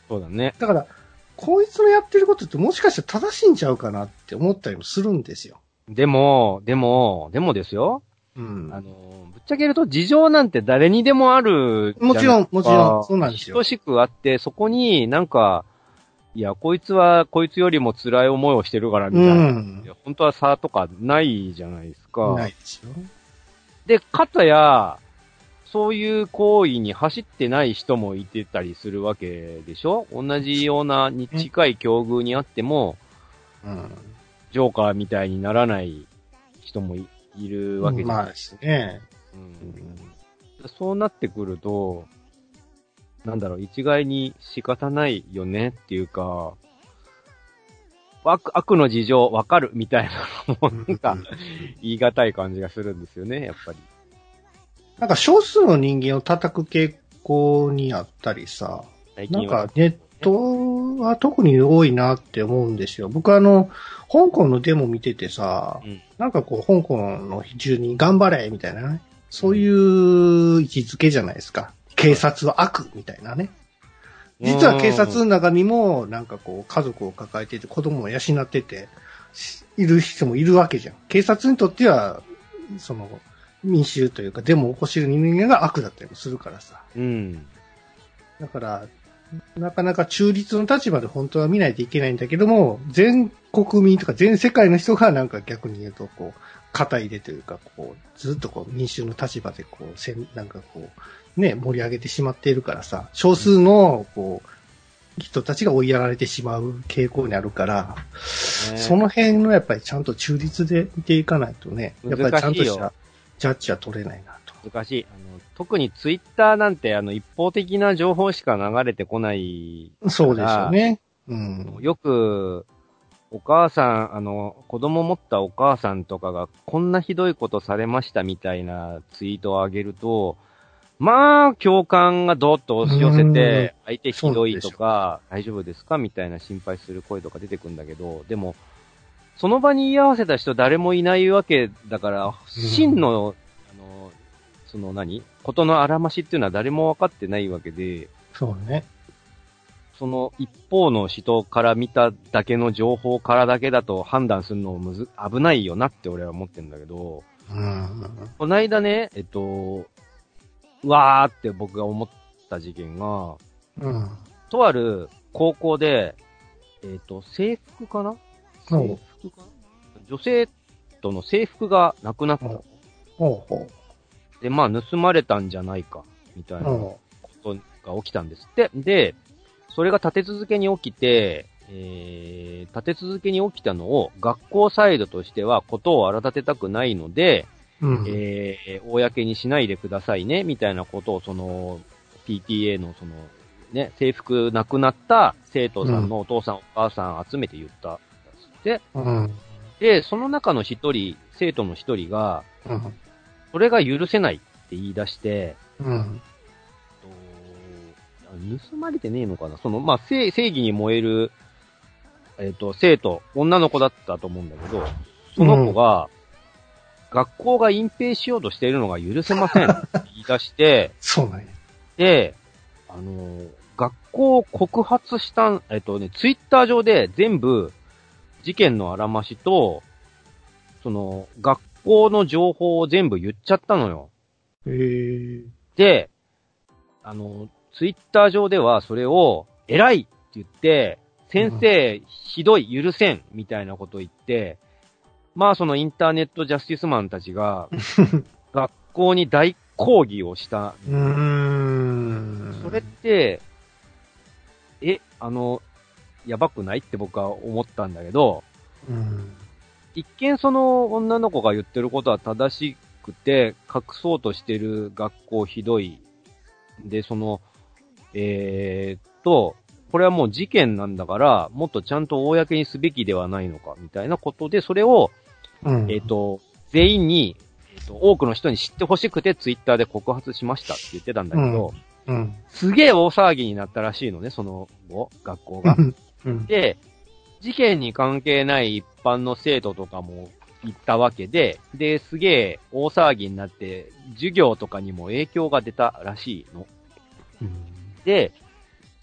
そうだね。 だから、こいつのやってることってもしかしたら正しいんちゃうかなって思ったりもするんですよ。 でも、でも、でもですよ。 うん。 あの、ぶっちゃけると事情なんて誰にでもあるじゃない。 もちろん、もちろん、そうなんですよ。 等しくあって、そこになんか、いや、こいつは、こいつよりも辛い思いをしてるから、みたいな。うん、いや本当は差とかないじゃないですか。 ないですよ。 で、かたや、そういう行為に走ってない人もいてたりするわけでしょ？同じようなに近い境遇にあっても、うん、ジョーカーみたいにならない人も い, いるわけじゃないですか。まあですね、うん。そうなってくると、なんだろう、一概に仕方ないよねっていうか、悪、悪の事情わかるみたいなのもなんか言い難い感じがするんですよね、やっぱり。なんか少数の人間を叩く傾向にあったりさ、なんかネットは特に多いなって思うんですよ。僕はあの、香港のデモ見ててさ、うん、なんかこう、香港の住人頑張れみたいなね、そういう位置づけじゃないですか。警察は悪みたいなね。実は警察の中にも、なんかこう、家族を抱えてて、子供を養ってて、いる人もいるわけじゃん。警察にとっては、その、民衆というか、デモを起こしてる人間が悪だったりもするからさ。うん。だから、なかなか中立の立場で本当は見ないといけないんだけども、全国民とか全世界の人がなんか逆に言うと、こう、肩入れというか、こう、ずっとこう、民衆の立場でこう、せん、なんかこう、ね、盛り上げてしまっているからさ、少数の、こう、人たちが追いやられてしまう傾向にあるから、ね、その辺のやっぱりちゃんと中立で見ていかないとね、やっぱりちゃんとしたジャッジは取れないなと。 難しい。あの、特にツイッターなんてあの一方的な情報しか流れてこないから。 そうですよね。うん。 よく、お母さん、あの、子供持ったお母さんとかがこんなひどいことされましたみたいなツイートを上げると、まあ、共感がどーっと押し寄せて、相手ひどいとか、大丈夫ですかみたいな心配する声とか出てくるんだけど、でも、その場に居合わせた人誰もいないわけだから、真の、あの、その何？ことのあらましっていうのは誰も分かってないわけで、 そうね。 その一方の人から見ただけの情報からだけだと判断するのむず、危ないよなって俺は思ってるんだけど、うん、この間ね、えっと、うわーって僕が思った事件が、うん、とある高校で、えっと、制服かな制服かな女性徒の制服がなくなった。ほうほうで、まあ盗まれたんじゃないか、みたいなことが起きたんですって。で、それが立て続けに起きて、えー、立て続けに起きたのを学校サイドとしてはことを荒立てたくないので、うん、えー、公にしないでくださいね、みたいなことをその ピーティーエー のそのね、制服なくなった生徒さんのお父さん、うん、お母さん集めて言ったんですって。うん、で、その中の一人、生徒の一人が、うん、それが許せないって言い出して、うん盗まれてねえのかなその、まあ、正、正義に燃える、えっと、生徒、女の子だったと思うんだけど、その子が、うん、学校が隠蔽しようとしているのが許せませんって言い出して、 そうなんや。 で、あのー、学校を告発した、えっとね、ツイッター上で全部、事件のあらましと、その、学校の情報を全部言っちゃったのよ。 へー。 で、あの、ツイッター上ではそれを、偉いって言って、先生、うん、ひどい、許せん、みたいなことを言って、まあそのインターネットジャスティスマンたちが、学校に大抗議をした。 うーん。 それって、え、あの、やばくないって僕は思ったんだけど、うん、一見その女の子が言ってることは正しくて、隠そうとしてる学校ひどい。で、その、えー、っと、これはもう事件なんだから、もっとちゃんと公にすべきではないのか、みたいなことで、それを、うん、えー、っと、全員に、えー、っと、多くの人に知ってほしくて、ツイッターで告発しましたって言ってたんだけど、うんうん、すげえ大騒ぎになったらしいのね、その後、学校が。うん、で、事件に関係ない一般の生徒とかも行ったわけで、で、すげえ大騒ぎになって、授業とかにも影響が出たらしいの。うんで、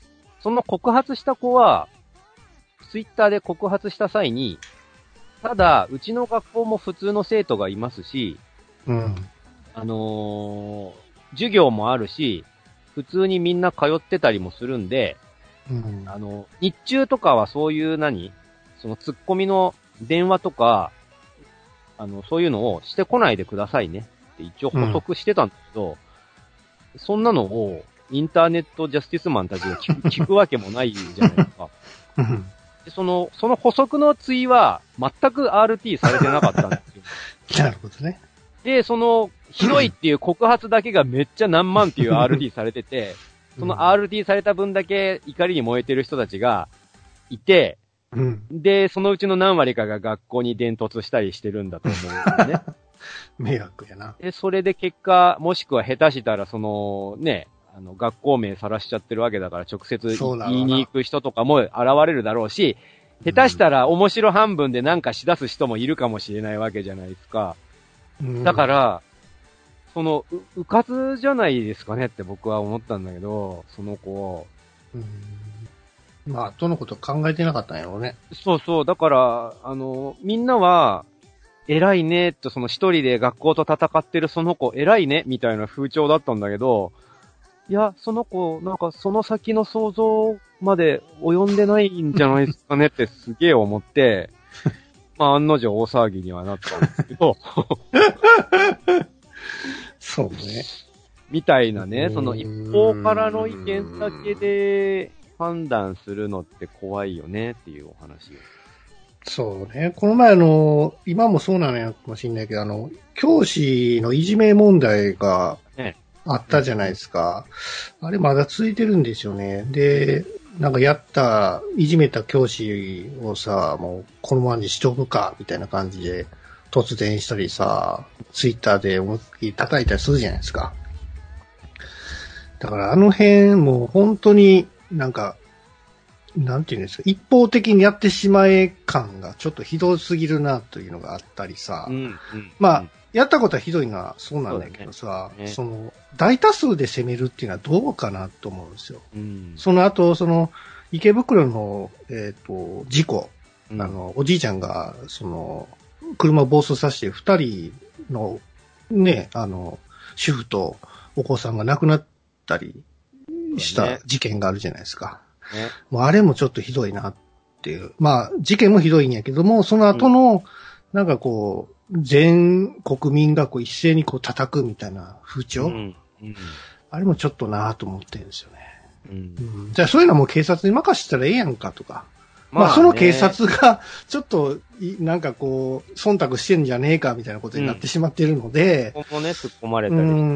その告発した子は、ツイッターで告発した際に、ただ、うちの学校も普通の生徒がいますし、 うん。 あのー、授業もあるし、普通にみんな通ってたりもするんで、 うん、 あの、日中とかはそういう何そのツッコミの電話とか、あの、そういうのをしてこないでくださいねって一応補足してたんだけど、うん、そんなのをインターネットジャスティスマンたちが聞く、聞くわけもないじゃないですか。でその、その補足の対は全く アールティー されてなかったんですよ。なるほどね。 で、その、ひどいっていう告発だけがめっちゃ何万っていう アールティー されてて、その アールティー された分だけ怒りに燃えてる人たちがいて、 うん、 で、そのうちの何割かが学校に伝突したりしてるんだと思うんですね。 迷惑やな。 で、それで結果、もしくは下手したらその、ね、あの、学校名晒しちゃってるわけだから直接言いに行く人とかも現れるだろうし、下手したら面白半分でなんかし出す人もいるかもしれないわけじゃないですか。うん、だから、その、う、うかつじゃないですかねって僕は思ったんだけど、その子。 うん、まあ、どのこと考えてなかったんやろうね。 そうそう。だから、あの、みんなは、偉いね、とその一人で学校と戦ってるその子、偉いね、みたいな風潮だったんだけど、いや、その子、なんかその先の想像まで及んでないんじゃないですかねってすげえ思って、まあ案の定大騒ぎにはなったんですけど。 そうね。 みたいなね、その一方からの意見だけで判断するのって怖いよねっていうお話を。そうね。この前あの、今もそうなのやかもしれないけど、あの、教師のいじめ問題があったじゃないですか。ね、あれまだ続いてるんですよね。で、なんかやった、いじめた教師をさ、もうこのままにしとくか、みたいな感じで突然したりさ、ツイッターで思いっきり叩いたりするじゃないですか。だからあの辺もう本当になんか、なんていうんですか、一方的にやってしまえ感がちょっとひどすぎるなというのがあったりさ。うんうん、まあ、やったことはひどいのはそうなんだけどさ、そ, ねね、その、大多数で攻めるっていうのはどうかなと思うんですよ。うん、その後、その、池袋の、えっ、ー、と、事故、うん、あの、おじいちゃんが、その、車を暴走させて二人の、ね、あの、主婦とお子さんが亡くなったりした事件があるじゃないですか。ね、もうあれもちょっとひどいなっていう。まあ、事件もひどいんやけども、その後の、なんかこう、全国民がこう一斉にこう叩くみたいな風潮、うんうん、あれもちょっとなぁと思ってるんですよね、うんうん。じゃあそういうのはもう警察に任せたらええやんかとか。まあ、まあその警察がちょっとなんかこう忖度してんじゃねえかみたいなことになってしまっているので、 うん、ここね突っ込まれたりして、 うん、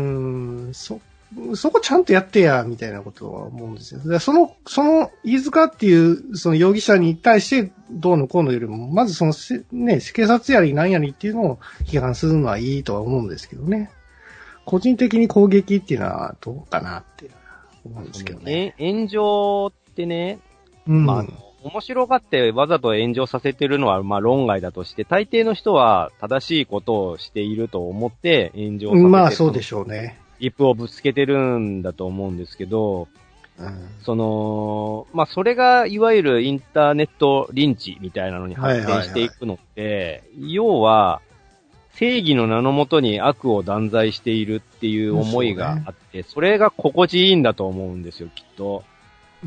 そそこちゃんとやってやみたいなことは思うんですよ。そのその飯塚っていうその容疑者に対してどうのこうのよりもまずそのね警察やりなんやりっていうのを批判するのはいいとは思うんですけどね。個人的に攻撃っていうのはどうかなって思うんですけどね。 炎上ってね、うん、まあ面白がってわざと炎上させてるのはまあ論外だとして、大抵の人は正しいことをしていると思って炎上させてる。 まあそうでしょうね。 リップをぶつけてるんだと思うんですけど、うん、その、まあそれがいわゆるインターネットリンチみたいなのに発展していくのって、はいはいはい、要は正義の名のもとに悪を断罪しているっていう思いがあって、そ, ね、それが心地いいんだと思うんですよ、きっと。うん、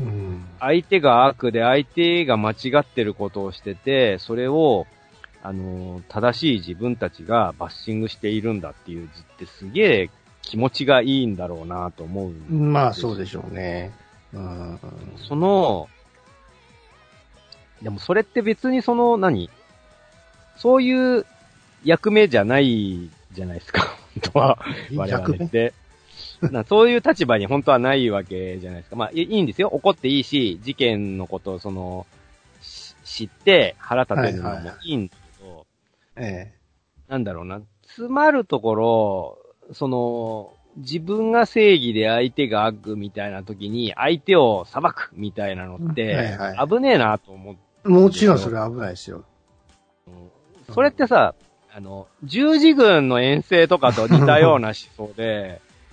相手が悪で相手が間違ってることをしてて、それを、あの、正しい自分たちがバッシングしているんだっていう図ってすげえ気持ちがいいんだろうなと思う。 まあそうでしょうね。うん、 その、でもそれって別にその何そういう役目じゃないじゃないですか、本当は。我々って。なそういう立場に本当はないわけじゃないですか。まあいいんですよ。怒っていいし、事件のことをその、知って腹立てるのもいいんだけど、はいはい、ええ、なんだろうな。詰まるところ、その、自分が正義で相手が悪みたいな時に相手を裁くみたいなのって、はいはい、危ねえなと思って。 もちろんそれは危ないですよ。 うん、それってさ、あの、十字軍の遠征とかと似たような思想で、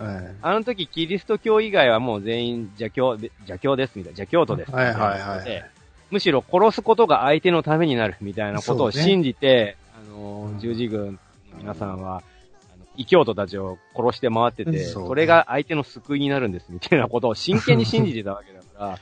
はい、 あの時キリスト教以外はもう全員邪教、邪教ですみたいな、邪教徒ですみたいな。 はいはいはい。 むしろ殺すことが相手のためになるみたいなことを信じて、ね、あの、十字軍の皆さんは、あの異教徒たちを殺して回ってて、そ, ね、それが相手の救いになるんですみたいなことを真剣に信じてたわけだから、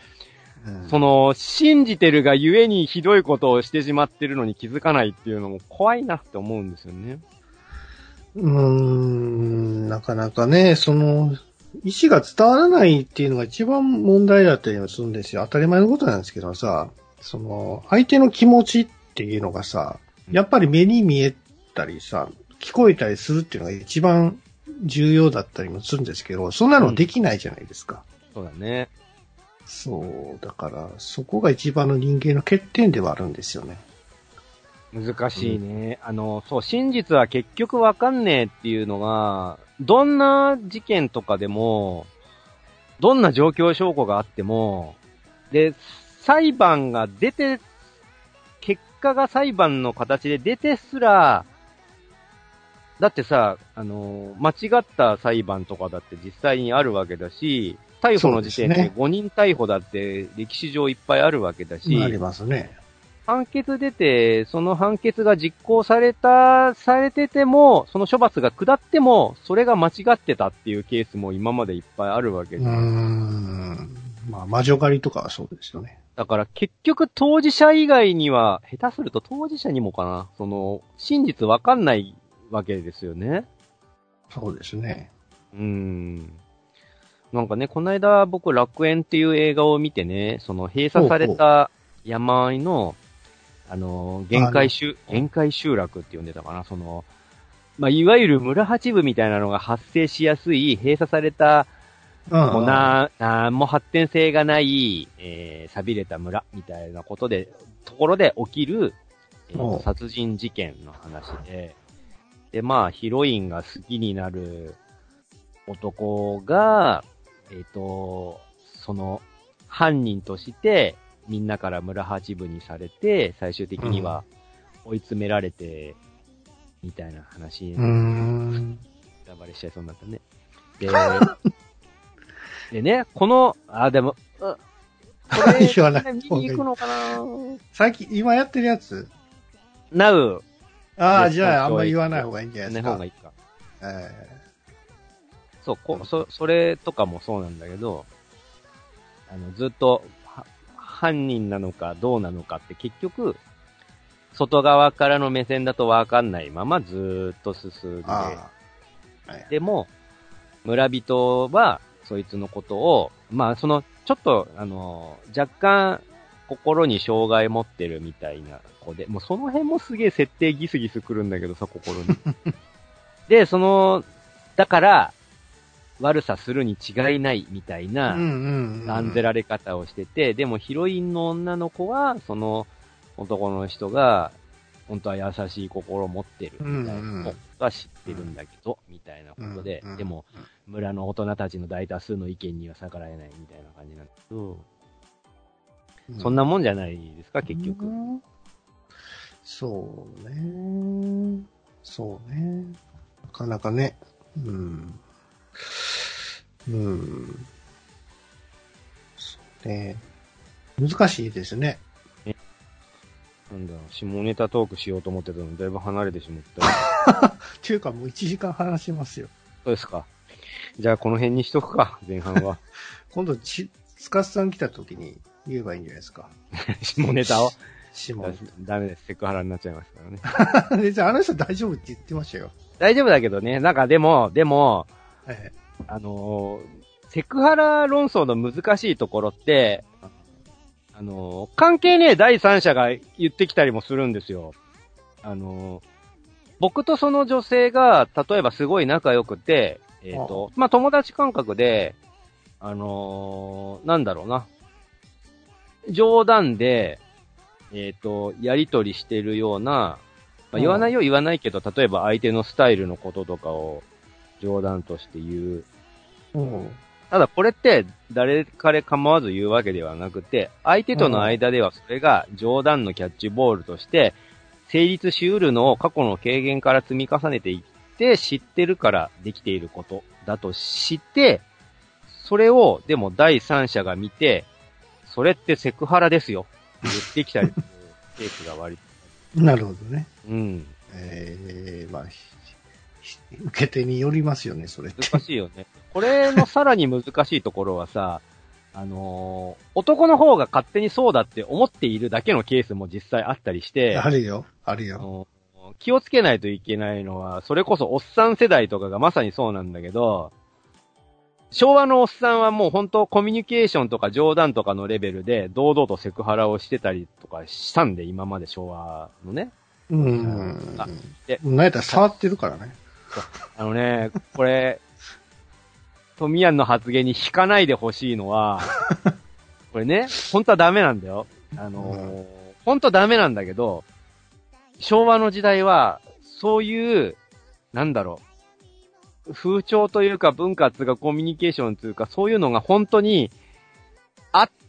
うん、その、信じてるがゆえにひどいことをしてしまってるのに気づかないっていうのも怖いなって思うんですよね。 うーん、なかなかね、その、意思が伝わらないっていうのが一番問題だったりするんですよ。当たり前のことなんですけどさ、その、相手の気持ちっていうのがさ、やっぱり目に見えたりさ、聞こえたりするっていうのが一番重要だったりもするんですけど、そんなのできないじゃないですか。 うん、そうだね。 そう、だから、そこが一番の人間の欠点ではあるんですよね。 難しいね。うん、あの、そう、真実は結局わかんねえっていうのが、どんな事件とかでも、どんな状況証拠があっても、で、裁判が出て、結果が裁判の形で出てすら、だってさ、あの、間違った裁判とかだって実際にあるわけだし、逮捕の時点でごにん逮捕だって歴史上いっぱいあるわけだし、 ありますね。 判決出て、その判決が実行された、されてても、その処罰が下っても、それが間違ってたっていうケースも今までいっぱいあるわけじゃん。 うーん。まあ、魔女狩りとかはそうですよね。 だから結局当事者以外には、下手すると当事者にもかな、その、真実わかんないわけですよね。 そうですね。 うーん。なんかね、この間僕楽園っていう映画を見てね、その閉鎖された山あいの、あの、限界集、限界集落って呼んでたかな、その、まあ、いわゆる村八部みたいなのが発生しやすい、閉鎖された、もうな、なんも発展性がない、えー、錆びれた村みたいなことで、ところで起きる、えー、殺人事件の話で、で、まあ、ヒロインが好きになる男が、えっ、ー、と、その、犯人として、みんなから村八分にされて、最終的には追い詰められて、みたいな話。 うーん。 ネタバレしちゃいそうになったね。で、でね、この、あ、でも、これ、 言わない。 見に行くのかな最近、今やってるやつ ?Now。 ああ、じゃあ、あんま言わない方がいいんじゃないですか。 ない方がいいか。 えー、そう、こ、そ、それとかもそうなんだけど、あの、ずっと、犯人なのかどうなのかって結局、外側からの目線だとわかんないままずーっと進んで、はい、でも、村人はそいつのことを、まあその、ちょっと、あの、若干心に障害持ってるみたいな子で、もうその辺もすげえ設定ギスギスくるんだけどさ、心に。で、その、だから、悪さするに違いないみたいな、案ぜられ方をしてて、でもヒロインの女の子は、その男の人が、本当は優しい心を持ってるみたいなことは知ってるんだけど、みたいなことで、でも、村の大人たちの大多数の意見には逆らえないみたいな感じなんだけど、そんなもんじゃないですか、結局。 そうね。そうね。なかなかね。うん。うん。そうね。難しいですね。 え、なんだ、下ネタトークしようと思ってたのにだいぶ離れてしまった。 っていうかもういちじかん話しますよ。 そうですか。じゃあこの辺にしとくか、前半は。 今度ち、つかすさん来た時に言えばいいんじゃないですか。 下ネタを下ネタ。 ダメです。セクハラになっちゃいますからね。 別にあの人大丈夫って言ってましたよ。 大丈夫だけどね。なんかでも、でも、 はい、 あのー、セクハラ論争の難しいところって、あのー、関係ねえ第三者が言ってきたりもするんですよ。あのー、僕とその女性が、例えばすごい仲良くて、えっと、まあ、友達感覚で、あのー、なんだろうな。冗談で、えっと、やりとりしてるような、まあ、言わないよ言わないけど、例えば相手のスタイルのこととかを冗談として言う。 うん、 ただこれって誰彼構わず言うわけではなくて、相手との間ではそれが冗談のキャッチボールとして成立し得るのを過去の経験から積み重ねていって知ってるからできていることだとして、それを、でも第三者が見て、それってセクハラですよ。言ってきたりするケースが割と。なるほどね。 うん。 えー、まあ、受け手によりますよね、それって。 難しいよね。これのさらに難しいところはさ、あのー、男の方が勝手にそうだって思っているだけのケースも実際あったりして。 あるよ、あるよ。 気をつけないといけないのは、それこそおっさん世代とかがまさにそうなんだけど、昭和のおっさんはもう本当コミュニケーションとか冗談とかのレベルで堂々とセクハラをしてたりとかしたんで、今まで昭和のね。 うん。あ、で、なんやったら触ってるからね。 あのね、これ、トミヤンの発言に引かないでほしいのは、これね、本当はダメなんだよ。あのー、うん、本当はダメなんだけど、昭和の時代は、そういう、なんだろう、風潮というか文化というかコミュニケーションというか、そういうのが本当にあって、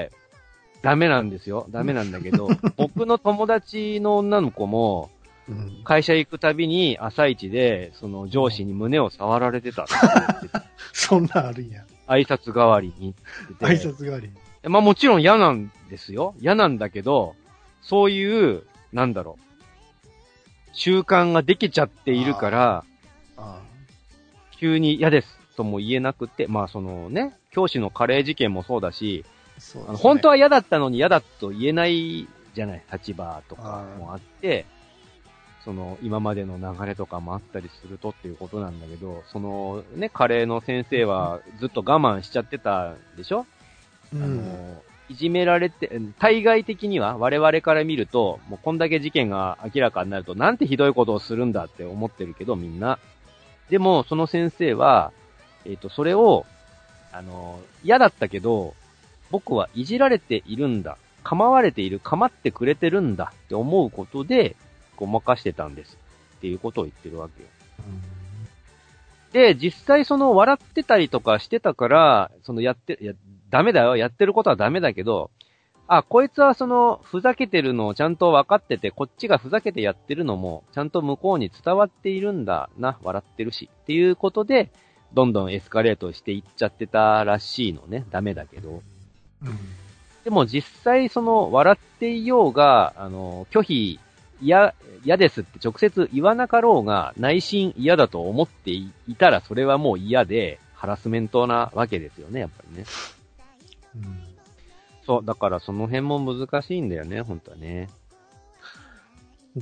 ダメなんですよ。ダメなんだけど、僕の友達の女の子も、会社行くたびに朝一で、その上司に胸を触られてたって言ってた。 そんなんあるんや。 挨拶代わりに挨拶代わりに。 まあもちろん嫌なんですよ。嫌なんだけど、そういう、なんだろう。習慣ができちゃっているから、ああ急に嫌ですとも言えなくて、まあそのね、教師のカレー事件もそうだし、そうですね、あの本当は嫌だったのに嫌だと言えないじゃない、立場とかもあって、その今までの流れとかもあったりするとっていうことなんだけど、そのね、カレーの先生はずっと我慢しちゃってたでしょ、うん、あのいじめられて、対外的には我々から見ると、もうこんだけ事件が明らかになると、なんてひどいことをするんだって思ってるけど、みんな。でも、その先生は、えっと、それを、あの、嫌だったけど、僕はいじられているんだ。構われている、構ってくれてるんだって思うことで、ごまかしてたんです。っていうことを言ってるわけよ。で、実際その笑ってたりとかしてたから、そのやって、や、ダメだよ、やってることはダメだけど、あ、こいつはその、ふざけてるのをちゃんと分かってて、こっちがふざけてやってるのも、ちゃんと向こうに伝わっているんだな、笑ってるし、っていうことで、どんどんエスカレートしていっちゃってたらしいのね、ダメだけど。うん、でも実際その、笑っていようが、あの、拒否、嫌、嫌ですって直接言わなかろうが、内心嫌だと思っていたら、それはもう嫌で、ハラスメントなわけですよね、やっぱりね。うん、そう、だからその辺も難しいんだよね、本当はね。うん、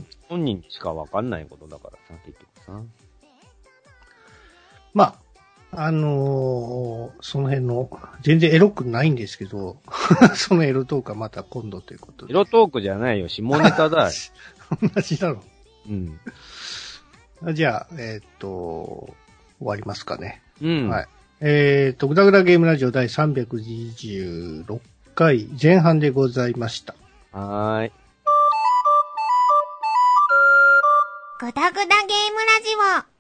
本人しかわかんないことだからさ、結局さ。 まあ、あのー、その辺の、全然エロくないんですけど、そのエロトークはまた今度ということで。 エロトークじゃないよ、下ネタだ。 同じだろ。 うん。 じゃあ、えー、っと、終わりますかね。 うん。 はい。えー、っと、ぐだぐだゲームラジオ第さんびゃくにじゅうろっかい前半でございました。 はーい。 ぐだぐだゲームラジオ。